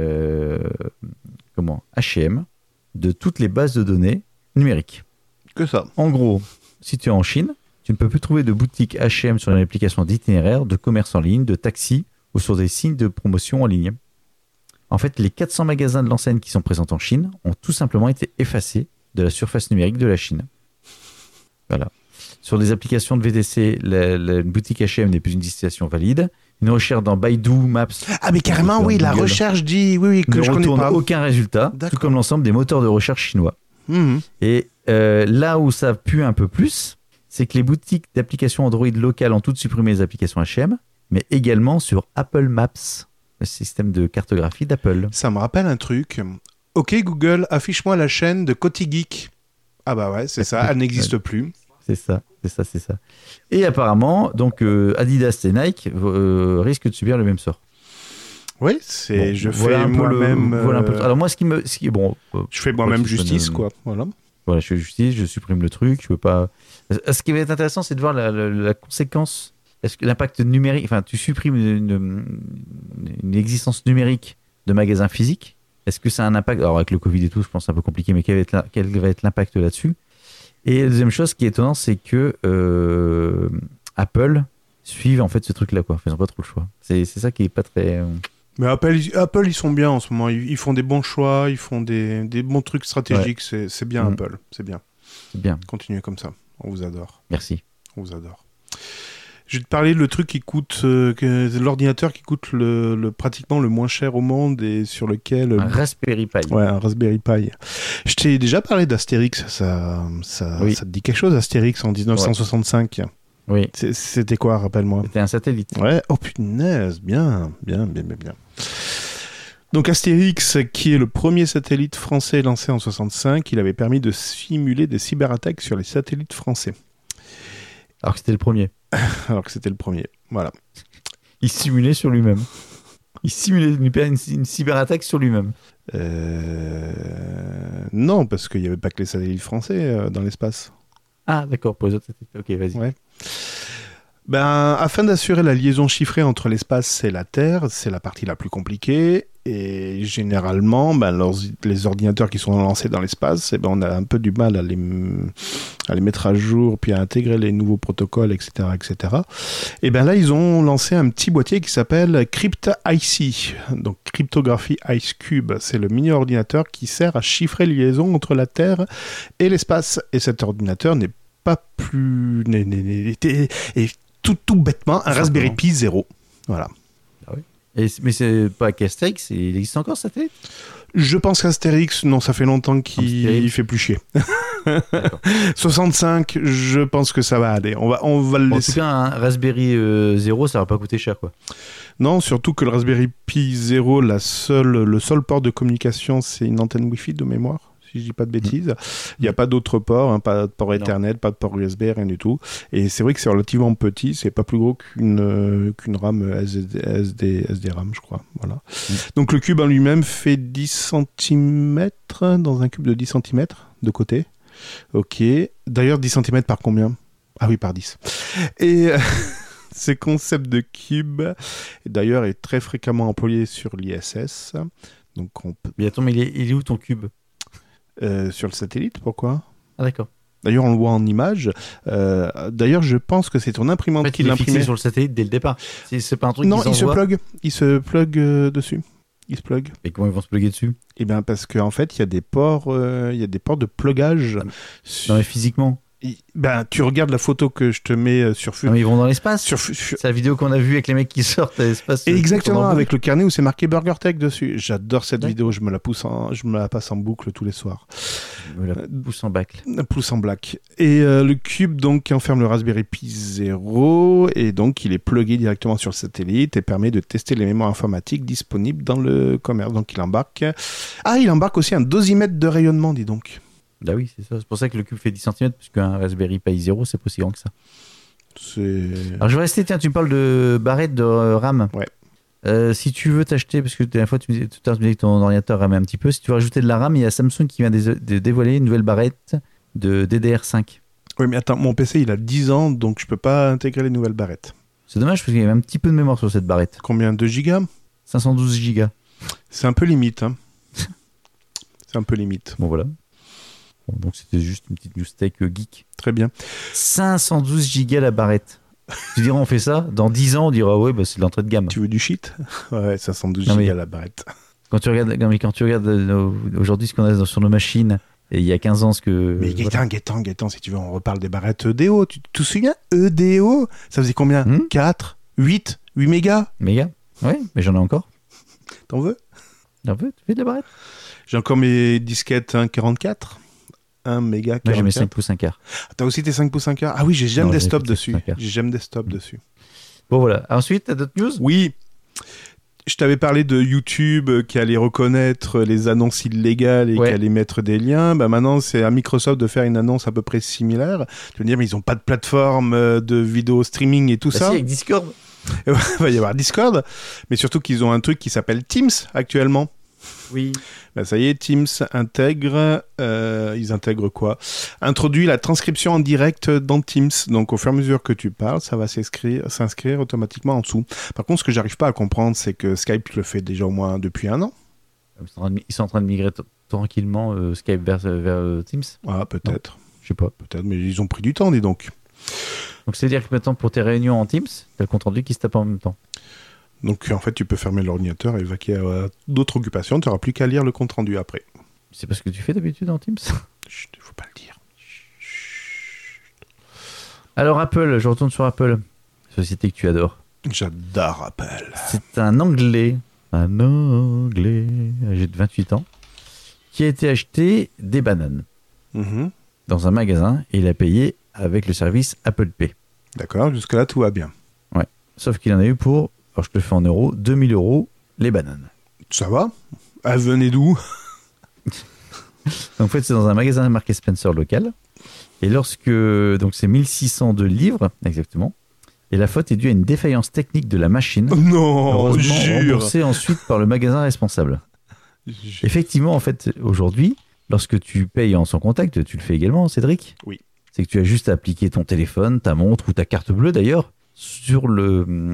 S1: H&M de toutes les bases de données numériques.
S2: Que ça.
S1: En gros, si tu es en Chine, tu ne peux plus trouver de boutique H&M sur une application d'itinéraire, de commerce en ligne, de taxi ou sur des signes de promotion en ligne. En fait, les 400 magasins de l'enseigne qui sont présents en Chine ont tout simplement été effacés de la surface numérique de la Chine. Voilà. Sur des applications de VTC, une boutique H&M n'est plus une destination valide. Une recherche dans Baidu Maps.
S2: Ah, mais carrément, oui, la
S1: Google
S2: recherche dit, oui, que
S1: ne
S2: je connais
S1: retourne
S2: pas.
S1: aucun résultat,
S2: D'accord.
S1: tout comme l'ensemble des moteurs de recherche chinois.
S2: Mhm.
S1: Et là où ça pue un peu plus, c'est que les boutiques d'applications Android locales ont toutes supprimé les applications H&M, mais également sur Apple Maps, le système de cartographie d'Apple.
S2: Ça me rappelle un truc. Ok, Google, affiche-moi la chaîne de Coty Geek. Ah bah ouais, c'est ça, elle n'existe plus.
S1: C'est ça. Et apparemment, donc Adidas et Nike risquent de subir le même sort.
S2: Oui, c'est.
S1: Bon,
S2: je
S1: voilà
S2: fais
S1: un peu
S2: moi-même.
S1: voilà un peu. Alors moi, je
S2: fais moi-même justice, quoi. Voilà.
S1: Voilà, je fais justice, je supprime le truc. Je veux pas. Ce qui va être intéressant, c'est de voir la conséquence. Est-ce que l'impact numérique, enfin, tu supprimes une existence numérique de magasins physiques. Est-ce que ça a un impact? Alors avec le Covid et tout, je pense que c'est un peu compliqué, mais quel va être l'impact là-dessus? Et la deuxième chose qui est étonnante, c'est que Apple suive en fait ce truc-là, quoi. Ils n'ont pas trop le choix. C'est ça qui est pas très.
S2: Mais Apple, ils sont bien en ce moment. Ils font des bons choix, ils font des bons trucs stratégiques. Ouais. C'est bien, Apple. C'est bien.
S1: C'est bien.
S2: Continuez comme ça. On vous adore.
S1: Merci.
S2: On vous adore. Je vais te parler de le truc qui coûte, l'ordinateur qui coûte pratiquement le moins cher au monde et sur lequel...
S1: Un Raspberry Pi.
S2: Ouais, un Raspberry Pi. Je t'ai déjà parlé d'Astérix, ça te dit quelque chose, Astérix en 1965?
S1: Oui.
S2: C'était quoi, rappelle-moi?
S1: C'était un satellite.
S2: Ouais, oh punaise, bien. Donc Astérix, qui est le premier satellite français lancé en 65, il avait permis de simuler des cyberattaques sur les satellites français.
S1: Alors que c'était le premier.
S2: Voilà.
S1: Il simulait sur lui-même. Il simulait une cyberattaque sur lui-même.
S2: Non, parce qu'il n'y avait pas que les satellites français dans l'espace.
S1: Ah, d'accord, pour les autres satellites. Ok, vas-y.
S2: Ouais. Afin d'assurer la liaison chiffrée entre l'espace et la Terre, c'est la partie la plus compliquée. Et généralement, les ordinateurs qui sont lancés dans l'espace, on a un peu du mal à les mettre à jour, puis à intégrer les nouveaux protocoles, etc. Et là, ils ont lancé un petit boîtier qui s'appelle Crypt-IC, donc Cryptography Ice Cube. C'est le mini-ordinateur qui sert à chiffrer les liaisons entre la Terre et l'espace. Et cet ordinateur n'est pas plus... est tout bêtement un Raspberry Pi 0. Voilà.
S1: Ah oui. Mais c'est pas qu'Astérix, il existe encore ce satellite?
S2: Je pense qu'Astérix, non, ça fait longtemps qu'il fait plus chier. 65, je pense que ça va aller. On va le laisser.
S1: En tout cas, un Raspberry 0, ça va pas coûter cher, quoi.
S2: Non, surtout que le Raspberry Pi 0, le seul port de communication, c'est une antenne Wi-Fi de mémoire, si je dis pas de bêtises. Il n'y a pas d'autres ports, pas de port Ethernet, pas de port USB, rien du tout. Et c'est vrai que c'est relativement petit, c'est pas plus gros qu'une RAM SD RAM, je crois. Voilà. Donc le cube en lui-même fait 10 cm dans un cube de 10 cm de côté. Ok. D'ailleurs, 10 cm par combien? Ah oui, par 10. Et ce concept de cube, d'ailleurs, est très fréquemment employé sur l'ISS. Donc
S1: Mais attends, mais il est où ton cube?
S2: Sur le satellite, pourquoi?
S1: Ah d'accord.
S2: D'ailleurs, on le voit en image. D'ailleurs, je pense que c'est ton imprimante
S1: En fait,
S2: qui
S1: il est
S2: l'imprimait.
S1: fixé sur le satellite dès le départ. C'est pas un truc
S2: Non,
S1: qu'ils
S2: il se
S1: envoient.
S2: plug. Il se plug dessus. Il se plug.
S1: Et comment ils vont se plugger dessus?
S2: Eh bien, parce qu'en fait, il y a des ports de plugage.
S1: Non, mais physiquement.
S2: Tu regardes la photo que je te mets sur
S1: Non, mais ils vont dans l'espace.
S2: sur
S1: C'est la vidéo qu'on a vue avec les mecs qui sortent à l'espace.
S2: Exactement, avec le carnet où c'est marqué Burger Tech dessus. J'adore cette
S1: D'accord.
S2: vidéo, je me la passe en boucle tous les soirs.
S1: La pousse en bac.
S2: Plus en black. Et le cube donc qui enferme le Raspberry Pi 0 et donc il est plugué directement sur le satellite et permet de tester les mémoires informatiques disponibles dans le commerce. Donc il embarque aussi un dosimètre de rayonnement, dis donc.
S1: Bah oui, c'est ça. C'est pour ça que le cube fait 10 cm, parce qu'un Raspberry Pi 0, c'est pas aussi grand que ça. Alors je vais rester, tiens, tu me parles de barrette de RAM.
S2: Ouais.
S1: Si tu veux t'acheter, parce que la dernière fois tu me disais que ton ordinateur ramait un petit peu, si tu veux rajouter de la RAM, il y a Samsung qui vient de dévoiler une nouvelle barrette de DDR5.
S2: Oui, mais attends, mon PC il a 10 ans, donc je peux pas intégrer les nouvelles barrettes.
S1: C'est dommage, parce qu'il y avait un petit peu de mémoire sur cette barrette.
S2: Combien? 2 gigas?
S1: 512 gigas.
S2: C'est un peu limite, hein. C'est un peu limite.
S1: Bon, voilà. Bon, donc c'était juste une petite news tech geek.
S2: Très bien.
S1: 512 gigas la barrette. Tu diras, on fait ça, dans 10 ans, on dira, ouais, bah, c'est de l'entrée de gamme.
S2: Tu veux du shit? Ouais, 512 gigas la barrette.
S1: Quand tu regardes aujourd'hui ce qu'on a sur nos machines, et il y a 15 ans, ce que...
S2: Mais Gaëtan, si tu veux, on reparle des barrettes EDO. Tu te souviens? EDO? Ça faisait combien? 4, 8 mégas?
S1: Mégas? Ouais, mais j'en ai encore.
S2: T'en veux?
S1: T'en veux? Tu fais de la barrette?
S2: J'ai encore mes disquettes 1,44. 1 méga 44.
S1: Moi, j'ai mes 5 pouces 1 quart.
S2: T'as aussi tes 5 pouces 1 quart? Ah oui, j'ai J'aime Desktop dessus. Dessus.
S1: Bon, voilà. Ensuite, t'as d'autres news?
S2: Oui. Je t'avais parlé de YouTube qui allait reconnaître les annonces illégales et qui allait mettre des liens. Bah maintenant, c'est à Microsoft de faire une annonce à peu près similaire. Tu veux dire, mais ils n'ont pas de plateforme de vidéo streaming et tout ça.
S1: Si, avec Discord.
S2: Il va y avoir Discord, mais surtout qu'ils ont un truc qui s'appelle Teams actuellement.
S1: Oui.
S2: Bah ça y est, Teams intègre... ils intègrent quoi? Introduit la transcription en direct dans Teams. Donc, au fur et à mesure que tu parles, ça va s'inscrire automatiquement en dessous. Par contre, ce que j'arrive pas à comprendre, c'est que Skype le fait déjà au moins depuis 1 an.
S1: Ils sont en train de migrer tranquillement Skype vers Teams.
S2: Ah, peut-être.
S1: Je sais pas.
S2: Peut-être, mais ils ont pris du temps, dis donc.
S1: Donc, c'est-à-dire que maintenant, pour tes réunions en Teams, t'as le compte rendu qui se tape en même temps.
S2: Donc, en fait, tu peux fermer l'ordinateur et vaquer à d'autres occupations. Tu n'auras plus qu'à lire le compte rendu après.
S1: C'est pas ce que tu fais d'habitude en Teams?
S2: Chut, faut pas le dire.
S1: Alors, Apple, je retourne sur Apple. Société que tu adores.
S2: J'adore Apple.
S1: C'est un Anglais, âgé de 28 ans, qui a été acheté des bananes dans un magasin et il a payé avec le service Apple Pay.
S2: D'accord, jusque-là, tout va bien.
S1: Ouais. Sauf qu'il en a eu pour, alors je te le fais en euros, 2000 € les bananes.
S2: Ça va? Ah, venez d'où?
S1: Donc, en fait, c'est dans un magasin marqué Spencer local. Et lorsque. Donc, c'est 1602 livres, exactement. Et la faute est due à une défaillance technique de la machine.
S2: Non,
S1: heureusement
S2: jure.
S1: remboursée ensuite par le magasin responsable. Effectivement, en fait, aujourd'hui, lorsque tu payes en sans contact, tu le fais également, Cédric?
S2: Oui.
S1: C'est que tu as juste à appliquer ton téléphone, ta montre ou ta carte bleue d'ailleurs sur le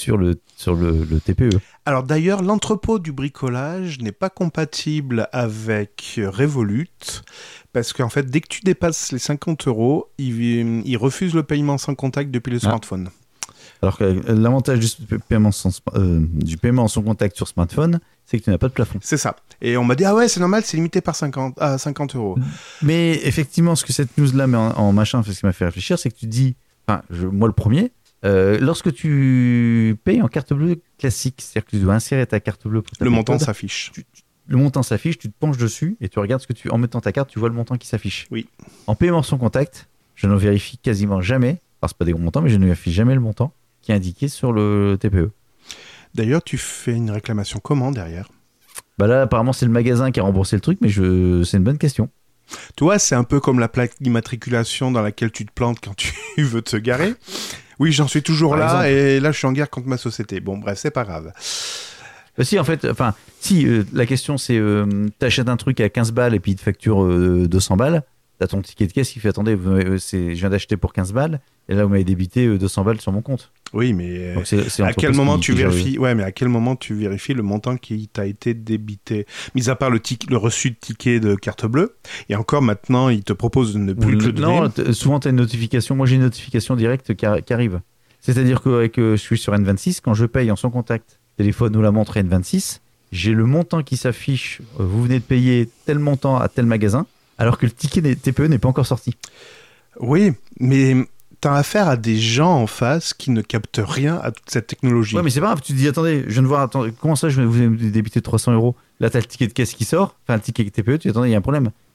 S1: TPE.
S2: Alors d'ailleurs, l'entrepôt du bricolage n'est pas compatible avec Revolut parce qu'en fait, dès que tu dépasses les 50 €, il refuse le paiement sans contact depuis le smartphone.
S1: Alors que l'avantage du paiement sans contact sur smartphone, c'est que tu n'as pas de plafond.
S2: C'est ça. Et on m'a dit, ah ouais, c'est normal, c'est limité par 50 €.
S1: Mais effectivement, ce que cette news-là met en machin, ce qui m'a fait réfléchir, c'est que tu dis, moi le premier, lorsque tu payes en carte bleue classique, c'est-à-dire que tu dois insérer ta carte bleue pour ta
S2: le montant
S1: code,
S2: s'affiche.
S1: Le montant s'affiche, tu te penches dessus et tu regardes en mettant ta carte, tu vois le montant qui s'affiche.
S2: Oui.
S1: En paiement sans contact, je ne vérifie quasiment jamais, alors c'est pas des gros montants, mais je ne vérifie jamais le montant qui est indiqué sur le TPE.
S2: D'ailleurs, tu fais une réclamation comment derrière?
S1: Bah là, apparemment, c'est le magasin qui a remboursé le truc, mais c'est une bonne question.
S2: Tu vois, c'est un peu comme la plaque d'immatriculation dans laquelle tu te plantes quand tu veux te garer. Oui, j'en suis toujours
S1: Par
S2: là,
S1: exemple.
S2: et là, je suis en guerre contre ma société. Bon, bref, c'est pas grave.
S1: Si, en fait, la question, c'est t'achètes un truc à 15 balles et puis il te facture 200 balles. T'as ton ticket de caisse qui fait, attendez, je viens d'acheter pour 15 balles, et là, vous m'avez débité 200 balles sur mon compte.
S2: Oui, mais
S1: Donc, c'est
S2: à quel moment tu vérifies?
S1: gère
S2: Ouais, mais à quel moment tu vérifies le montant qui t'a été débité? Mis à part le reçu de ticket de carte bleue, et encore maintenant, ils te proposent de ne plus te le donner.
S1: Non, souvent, tu as une notification. Moi, j'ai une notification directe qui arrive. C'est-à-dire que je suis sur N26, quand je paye en sans contact, téléphone ou la montre N26, j'ai le montant qui s'affiche. Vous venez de payer tel montant à tel magasin, alors que le ticket des TPE n'est pas encore sorti.
S2: Oui, mais t'as affaire à des gens en face qui ne captent rien à toute cette technologie.
S1: Ouais, mais c'est pas grave. Tu te dis, attendez, je viens de voir, comment ça, vous allez me débiter 300 €? Là, t'as le ticket de caisse qui sort, enfin, le ticket TPE, tu dis, attendez, il y a un problème.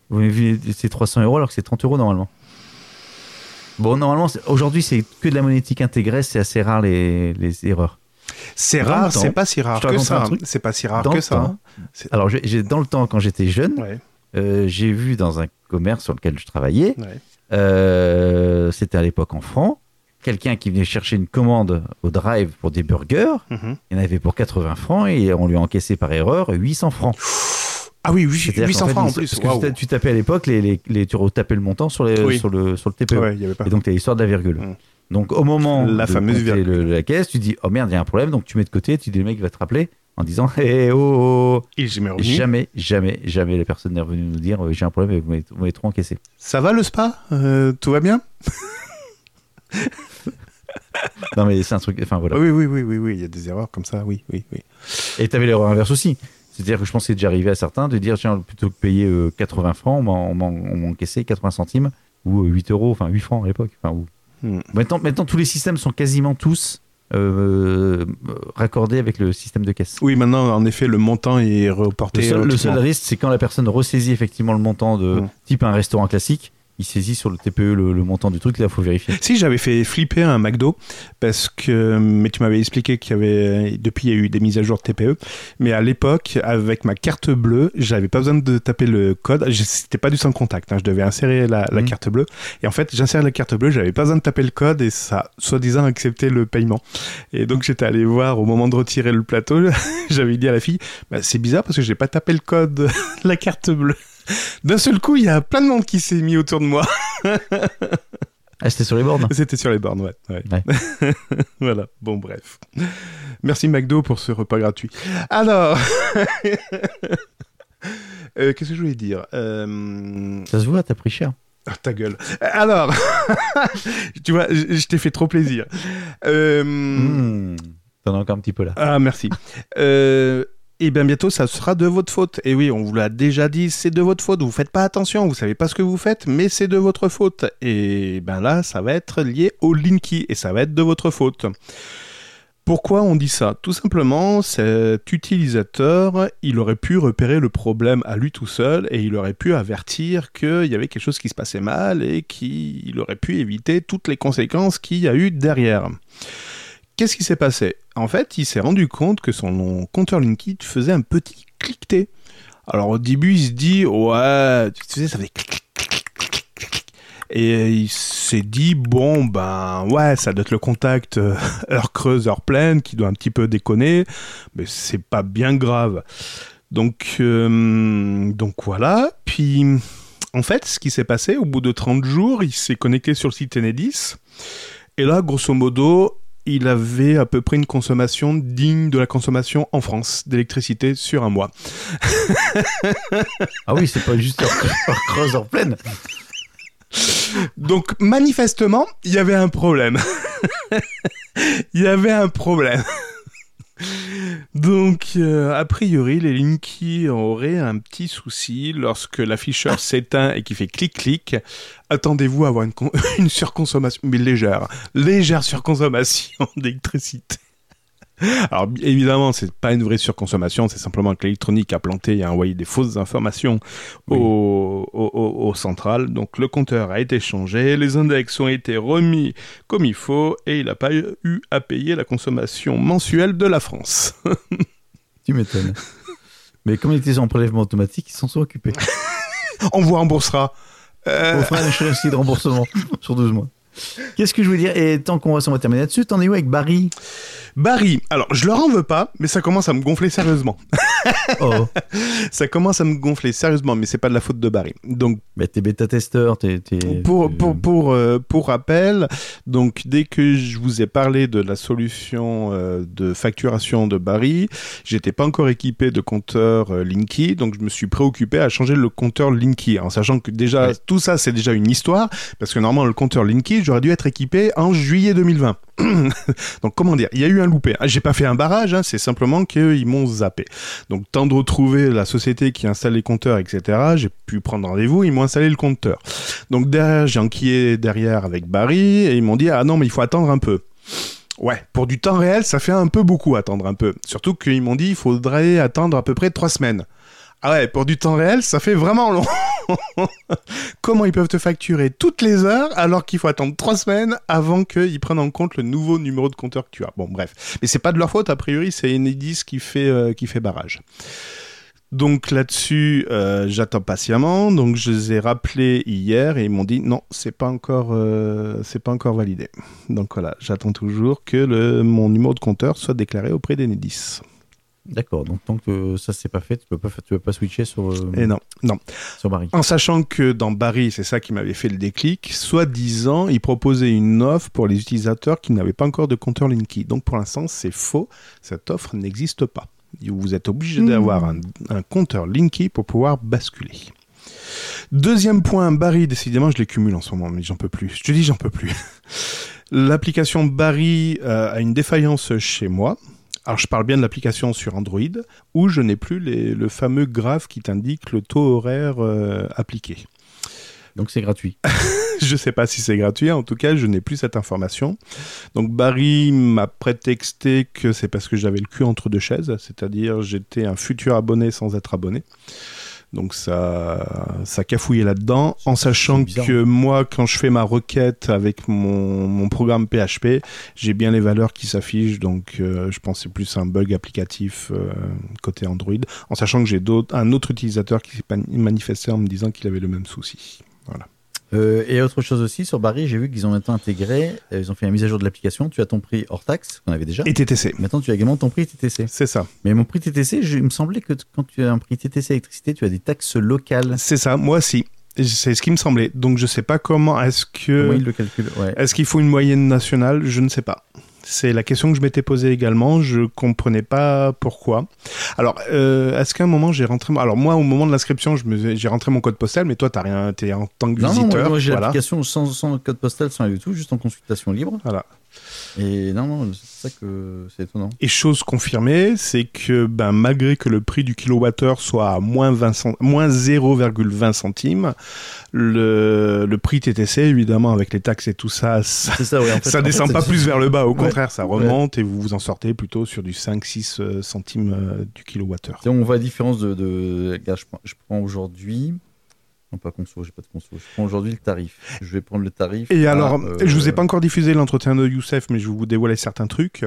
S1: Vous m'avez vu, c'est 300 € alors que c'est 30 € normalement. Bon, normalement, aujourd'hui, c'est que de la monétique intégrée, c'est assez rare les erreurs.
S2: C'est
S1: Dans
S2: rare,
S1: le temps,
S2: c'est pas si rare
S1: je te
S2: que
S1: raconte
S2: ça.
S1: un truc.
S2: C'est pas si rare
S1: Dans
S2: que
S1: le
S2: ça.
S1: temps. Alors, dans le temps, quand j'étais jeune, j'ai vu dans un commerce sur lequel je travaillais, c'était à l'époque en francs, quelqu'un qui venait chercher une commande au drive pour des burgers, il y en avait pour 80 francs et on lui a encaissé par erreur 800 francs.
S2: Ah oui, 800
S1: francs
S2: en plus.
S1: Parce que tu tapais à l'époque, tu retapais le montant sur le TPE.
S2: Ouais, y avait pas.
S1: Et donc, tu as l'histoire de la virgule. Donc, au moment
S2: La fameuse virgule.
S1: la caisse, tu dis, oh merde, il y a un problème. Donc, tu mets de côté, tu dis, le mec va te rappeler en disant, hé, oh.
S2: Et
S1: jamais la personne n'est revenue nous dire, j'ai un problème et vous m'avez trop encaissé. Ça
S2: va le spa tout va bien?
S1: Non, mais c'est un truc. Enfin, voilà.
S2: Oui, il y a des erreurs comme ça, oui.
S1: Et tu avais l'erreur inverse aussi. C'est-à-dire que je pense que c'est déjà arrivé à certains de dire, tiens, plutôt que payer 80 francs, on m'a encaissé 80 centimes ou 8 €, enfin 8 francs à l'époque. Enfin, Maintenant, tous les systèmes sont quasiment tous raccordés avec le système de caisse.
S2: Oui, maintenant, en effet, le montant est reporté.
S1: Le seul risque, c'est quand la personne ressaisit effectivement le montant de type un restaurant classique. Il saisit sur le TPE le montant du truc, là il faut vérifier.
S2: Si, j'avais fait flipper un McDo, mais tu m'avais expliqué depuis il y a eu des mises à jour de TPE, mais à l'époque, avec ma carte bleue, j'avais pas besoin de taper le code, c'était pas du sans contact, je devais insérer la carte bleue, et en fait j'insérais la carte bleue, j'avais pas besoin de taper le code, et ça a soi-disant accepté le paiement. Et donc j'étais allé voir au moment de retirer le plateau, j'avais dit à la fille, c'est bizarre parce que j'ai pas tapé le code de la carte bleue. D'un seul coup, il y a plein de monde qui s'est mis autour de moi.
S1: Ah, c'était sur les bornes?
S2: C'était sur les bornes, ouais. Voilà, bon, bref. Merci McDo pour ce repas gratuit. Alors, qu'est-ce que je voulais dire
S1: Ça se voit, t'as pris cher.
S2: Ah, ta gueule. Alors, tu vois, je t'ai fait trop plaisir.
S1: T'en as encore un petit peu là.
S2: Ah, merci. Et bien bientôt, ça sera de votre faute. Et oui, on vous l'a déjà dit, c'est de votre faute. Vous faites pas attention, vous savez pas ce que vous faites, mais c'est de votre faute. Et ben là, ça va être lié au Linky, et ça va être de votre faute. Pourquoi on dit ça? Tout simplement, cet utilisateur, il aurait pu repérer le problème à lui tout seul, et il aurait pu avertir qu'il y avait quelque chose qui se passait mal, et qu'il aurait pu éviter toutes les conséquences qu'il y a eu derrière. Qu'est-ce qui s'est passé? En fait, il s'est rendu compte que son compteur Linky faisait un petit cliqueté. Alors au début, il se dit, ouais, tu sais, ça fait clic. Et il s'est dit, ouais, ça doit être le contact heure creuse, heure pleine, qui doit un petit peu déconner, mais c'est pas bien grave. Donc voilà. Puis, en fait, ce qui s'est passé, au bout de 30 jours, il s'est connecté sur le site Enedis, et là, grosso modo, il avait à peu près une consommation digne de la consommation en France d'électricité sur un mois.
S1: Ah oui, c'est pas juste heure creuse, heure pleine.
S2: Donc, manifestement, il y avait un problème. Donc, a priori, les Linky auraient un petit souci lorsque l'afficheur s'éteint et qu'il fait clic-clic. Attendez-vous à avoir une surconsommation, mais légère surconsommation d'électricité. Alors, évidemment, c'est pas une vraie surconsommation, c'est simplement que l'électronique a planté et a envoyé des fausses informations au central. Donc, le compteur a été changé, les index ont été remis comme il faut, et il n'a pas eu à payer la consommation mensuelle de la France.
S1: Tu m'étonnes. Mais comme il était en prélèvement automatique, ils s'en sont occupés.
S2: On vous remboursera.
S1: On fera un échéancier de remboursement sur 12 mois. Qu'est-ce que je voulais dire? Et tant qu'on va terminer là-dessus, t'en es où avec Barry?
S2: Alors je leur en veux pas, mais ça commence à me gonfler sérieusement.
S1: Oh.
S2: Ça commence à me gonfler sérieusement, mais c'est pas de la faute de Barry. Donc,
S1: t'es bêta-testeur,
S2: pour rappel, donc dès que je vous ai parlé de la solution de facturation de Barry, j'étais pas encore équipé de compteur Linky, donc je me suis préoccupé à changer le compteur Linky, en sachant que déjà tout ça c'est déjà une histoire, parce que normalement le compteur Linky j'aurais dû être équipé en juillet 2020. Donc comment dire, il y a eu un loupé. J'ai pas fait un barrage, c'est simplement qu'ils m'ont zappé. Donc temps de retrouver la société qui installe les compteurs, etc. J'ai pu prendre rendez-vous, ils m'ont installé le compteur. Donc derrière, j'ai enquillé derrière avec Barry et ils m'ont dit ah non mais il faut attendre un peu. Ouais, pour du temps réel, ça fait un peu beaucoup attendre un peu. Surtout qu'ils m'ont dit il faudrait attendre à peu près 3 semaines. Ah ouais, pour du temps réel, ça fait vraiment long. Comment ils peuvent te facturer toutes les heures alors qu'il faut attendre 3 semaines avant qu'ils prennent en compte le nouveau numéro de compteur que tu as. Bon, bref. Mais c'est pas de leur faute, a priori, c'est Enedis qui fait barrage. Donc là-dessus, j'attends patiemment. Donc je les ai rappelés hier et ils m'ont dit non, c'est pas encore validé. Donc voilà, j'attends toujours que mon numéro de compteur soit déclaré auprès d'Enedis.
S1: D'accord, donc tant que ça c'est pas fait, tu peux pas switcher sur.
S2: Et non.
S1: Sur Barry.
S2: En sachant que dans Barry, c'est ça qui m'avait fait le déclic, soi-disant, ils proposaient une offre pour les utilisateurs qui n'avaient pas encore de compteur Linky. Donc pour l'instant, c'est faux. Cette offre n'existe pas. Vous êtes obligé d'avoir un compteur Linky pour pouvoir basculer. Deuxième point, Barry, décidément, je les cumule en ce moment, mais j'en peux plus. Je te dis, j'en peux plus. L'application Barry a une défaillance chez moi. Alors, je parle bien de l'application sur Android, où je n'ai plus le fameux graphe qui t'indique le taux horaire appliqué.
S1: Donc, c'est gratuit.
S2: Je ne sais pas si c'est gratuit, en tout cas, je n'ai plus cette information. Donc, Barry m'a prétexté que c'est parce que j'avais le cul entre deux chaises, c'est-à-dire j'étais un futur abonné sans être abonné. Donc ça cafouillait là-dedans, en sachant que moi, quand je fais ma requête avec mon programme PHP, j'ai bien les valeurs qui s'affichent, donc je pense que c'est plus un bug applicatif côté Android, en sachant que j'ai un autre utilisateur qui s'est manifesté en me disant qu'il avait le même souci. Voilà.
S1: Et autre chose aussi, sur Barry, j'ai vu qu'ils ont maintenant intégré, ils ont fait une mise à jour de l'application, tu as ton prix hors taxe, qu'on avait déjà.
S2: Et TTC.
S1: Maintenant, tu as également ton prix TTC.
S2: C'est ça.
S1: Mais mon prix TTC, il me semblait que quand tu as un prix TTC électricité, tu as des taxes locales.
S2: C'est ça, moi aussi. C'est ce qui me semblait. Donc, je sais pas comment
S1: Comment ils le calculent, ouais.
S2: Est-ce qu'il faut une moyenne nationale ? Je ne sais pas. C'est la question que je m'étais posée également. Je comprenais pas pourquoi. Alors, est-ce qu'à un moment j'ai rentré... Alors moi, au moment de l'inscription, j'ai rentré mon code postal, mais toi, t'es en tant que visiteur.
S1: Non, moi j'ai l'application sans code postal, sans rien du tout, juste en consultation libre. Voilà. Et non, c'est ça que c'est étonnant.
S2: Et chose confirmée, c'est que malgré que le prix du kilowattheure soit à moins 0,20 centimes, le prix TTC, évidemment, avec les taxes et tout ça, ça descend pas plus vers le bas. Au contraire, ça remonte et vous en sortez plutôt sur du 5-6 centimes du kilowattheure.
S1: On voit la différence Regarde, je prends aujourd'hui... Non, pas conso, j'ai pas de conso. Je prends aujourd'hui le tarif. Je vais prendre le tarif.
S2: Et alors, je vous ai pas encore diffusé l'entretien de Youssef, mais je vais vous dévoiler certains trucs.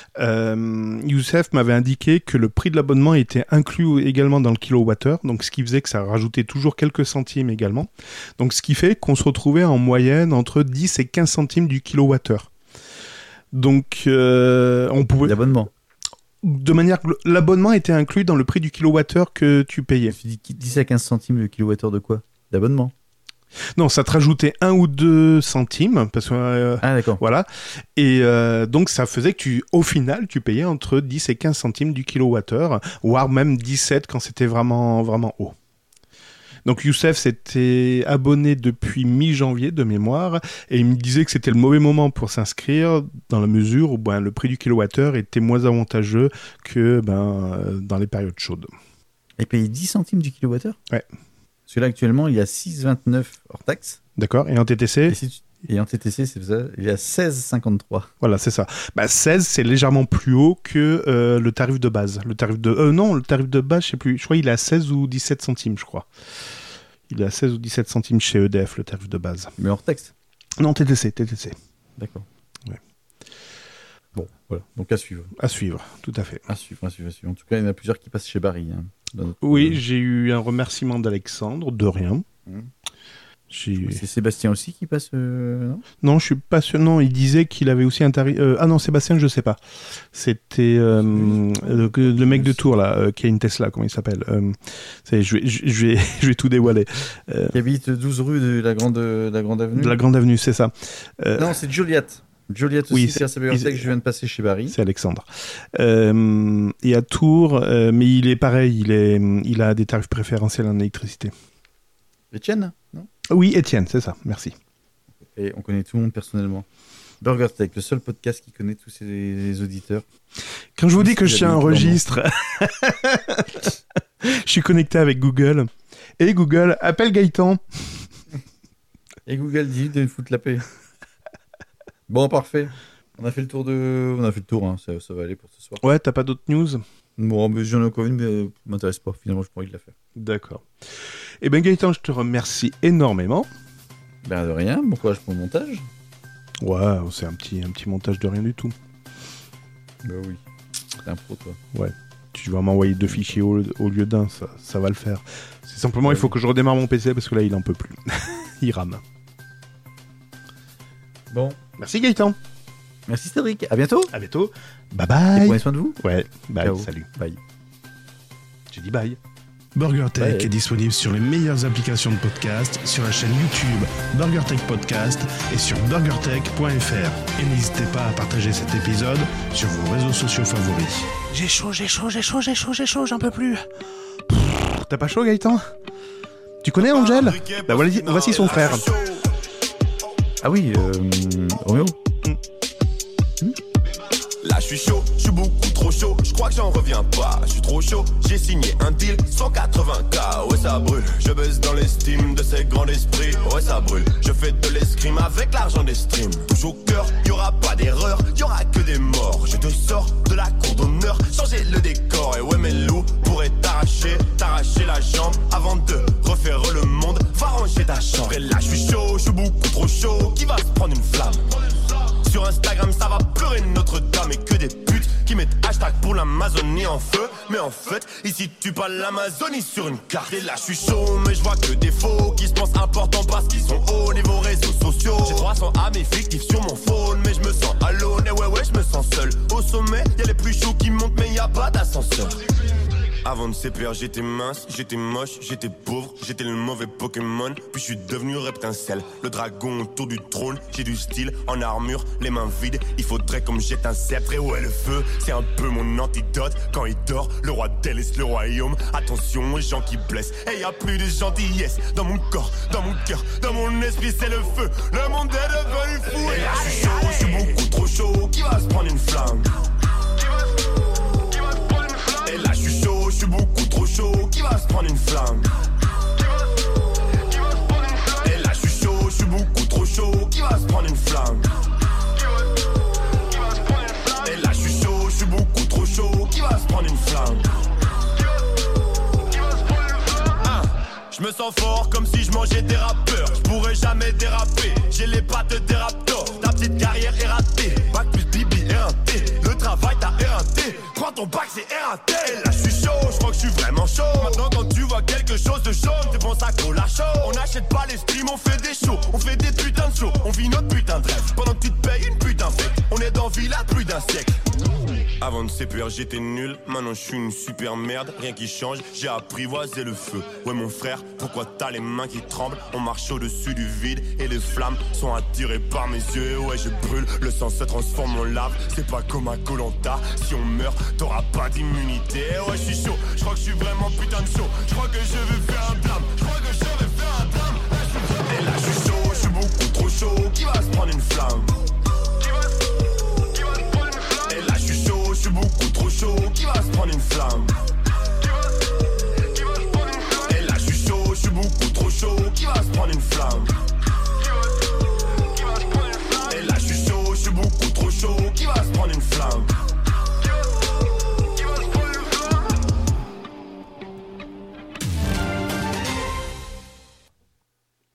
S2: Youssef m'avait indiqué que le prix de l'abonnement était inclus également dans le kilowattheure, donc ce qui faisait que ça rajoutait toujours quelques centimes également. Donc ce qui fait qu'on se retrouvait en moyenne entre 10 et 15 centimes du kilowattheure. Donc on pouvait...
S1: L'abonnement.
S2: De manière que l'abonnement était inclus dans le prix du kilowattheure que tu payais.
S1: Tu dis 10 à 15 centimes le kilowattheure de quoi ? D'abonnement ?
S2: Non, ça te rajoutait 1 ou 2 centimes, parce que
S1: d'accord.
S2: Voilà. Et donc ça faisait que au final, tu payais entre 10 et 15 centimes du kilowattheure, voire même 17 quand c'était vraiment, vraiment haut. Donc Youssef s'était abonné depuis mi-janvier de mémoire, et il me disait que c'était le mauvais moment pour s'inscrire, dans la mesure où le prix du kilowattheure était moins avantageux que dans les périodes chaudes.
S1: Et payer 10 centimes du kilowattheure ?
S2: Ouais.
S1: Parce que là, actuellement, il y a 6,29 hors taxe.
S2: D'accord. Et en TTC ?
S1: Et en TTC, c'est ça, il y a 16,53.
S2: Voilà, c'est ça. 16, c'est légèrement plus haut que le tarif de base. Le tarif de base, je sais plus. Je crois qu'il est à 16 ou 17 centimes, je crois. Il est à 16 ou 17 centimes chez EDF, le tarif de base.
S1: Mais hors taxe ?
S2: Non, TTC.
S1: D'accord.
S2: Ouais.
S1: Bon, voilà. Donc à suivre.
S2: À suivre, tout à fait.
S1: À suivre. En tout cas, il y en a plusieurs qui passent chez Barry.
S2: Oui, j'ai eu un remerciement d'Alexandre, de rien.
S1: C'est Sébastien aussi qui passe
S2: Non, je suis pas sûr. Non, il disait qu'il avait aussi un tarif. Ah non, Sébastien, je sais pas. C'était le mec de Tours là, qui a une Tesla. Comment il s'appelle je vais tout dévoiler.
S1: Qui habite 12 rue de la Grande Avenue.
S2: De la Grande Avenue, c'est ça.
S1: Non, c'est Juliette. Juliette aussi, c'est à sa bibliothèque. Je viens de passer chez Barry.
S2: C'est Alexandre. Et à Tours, mais il est pareil. Il a des tarifs préférentiels en électricité.
S1: Étienne, non ?
S2: Oui, Étienne, c'est ça, merci.
S1: Et on connaît tout le monde personnellement. BurgerTech, le seul podcast qui connaît tous ses auditeurs.
S2: Quand je vous dis que je suis un registre, je suis connecté avec Google. Et Google, appelle Gaëtan.
S1: Et Google dit de me foutre la paix. Bon, parfait. On a fait le tour, hein. Ça va aller pour ce soir.
S2: Ouais, t'as pas d'autres news ?
S1: Bon, mais j'en ai encore une, mais m'intéresse pas. Finalement, je pas envie de la faire.
S2: D'accord. Eh ben Gaëtan, je te remercie énormément.
S1: Ben de rien, bon courage pour le montage.
S2: Ouais, c'est un petit montage de rien du tout.
S1: Bah oui, t'es un pro, toi.
S2: Ouais. Tu vas m'envoyer 2 fichiers au lieu d'un, ça va le faire. C'est simplement, il faut que je redémarre mon PC parce que là, il en peut plus. Il rame.
S1: Bon.
S2: Merci Gaëtan.
S1: Merci Cédric, à bientôt.
S2: À bientôt. Bye
S1: Et
S2: bye.
S1: prenez soin de vous.
S2: Ouais, bye,
S1: Ciao.
S2: salut.
S1: Bye.
S2: J'ai dit bye.
S4: BurgerTech
S1: Ouais.
S4: est disponible sur les meilleures applications de podcast, sur la chaîne YouTube BurgerTech Podcast et sur burgertech.fr. Et n'hésitez pas à partager cet épisode sur vos réseaux sociaux favoris.
S3: J'ai chaud, j'en peux plus.
S2: T'as pas chaud Gaëtan? Tu connais Angel? Bah voici son frère.
S1: Ah oui, Roméo.
S7: Là je suis chaud, je suis beaucoup trop chaud, je crois que j'en reviens pas, je suis trop chaud, j'ai signé un deal, 180K, ouais ça brûle, je baisse dans l'estime de ces grands esprits, ouais ça brûle, je fais de l'escrime avec l'argent des streams, touche au cœur, y'aura pas d'erreur, y'aura que des morts, je te sors de la cour d'honneur, changer le décor, et ouais mes loups pourraient t'arracher la jambe, avant de refaire le monde, va ranger ta chambre, et là je suis chaud, je suis beaucoup trop chaud, qui va se prendre une flamme? Sur Instagram ça va pleurer Notre-Dame et que des putes qui mettent hashtag pour l'Amazonie en feu. Mais en fait, ici tu pas l'Amazonie sur une carte. Et là je suis chaud mais je vois que des faux qui se pensent importants parce qu'ils sont hauts niveau réseaux sociaux. J'ai 300 amis fictifs sur mon phone mais je me sens alone. Et ouais je me sens seul. Au sommet, y'a les plus chauds qui montent mais y'a pas d'ascenseur. Avant de CPR j'étais mince, j'étais moche, j'étais pauvre, j'étais le mauvais Pokémon. Puis je suis devenu reptincelle, le dragon autour du trône. J'ai du style en armure, les mains vides. Il faudrait comme jette un sceptre. Et ouais le feu, c'est un peu mon antidote. Quand il dort, le roi délaisse le royaume. Attention aux gens qui blessent. Et y a plus de gentillesse dans mon corps, dans mon cœur, dans mon esprit c'est le feu. Le monde est devenu fou. Et là je suis chaud, je suis beaucoup trop chaud. Qui va se prendre une flamme? Et là je suis chaud, je suis beaucoup trop chaud. Qui va se prendre une flamme? Et là je suis chaud, je suis beaucoup trop chaud. Qui va se prendre une flamme? Et là je suis chaud, je suis beaucoup trop chaud. Qui va se prendre une flamme? Je me sens fort comme si je mangeais des rappeurs. Je pourrais jamais déraper, j'ai les pattes des raptors. Ta petite carrière est ratée. Bac plus Bibi et un T. Le travail t'as éreinté. Prends ton bac c'est éreinté. Là je suis chaud, je crois que je suis vraiment chaud. Maintenant quand tu vois quelque chose de chaud, t'es bon ça colle à chaud. On n'achète pas les streams, on fait des shows. On fait des putains de shows, on vit notre putain de rêve. Pendant que tu te payes une putain fête. On est dans Villa plus d'un siècle. Avant de CPR j'étais nul, maintenant je suis une super merde. Rien qui change, j'ai apprivoisé le feu. Ouais mon frère, pourquoi t'as les mains qui tremblent? On marche au-dessus du vide et les flammes sont attirées par mes yeux. Ouais je brûle, le sang se transforme en lave. C'est pas comme un Koh-Lanta, si on meurt t'auras pas d'immunité. Ouais je suis chaud, je crois que je suis vraiment putain de chaud. Je crois que je vais faire un drame, je crois que je vais faire un drame. Et là je suis chaud, je suis beaucoup trop chaud. Qui va se prendre une flamme? Et là je suis chaud, je suis beaucoup trop chaud. Qui va se prendre une flamme?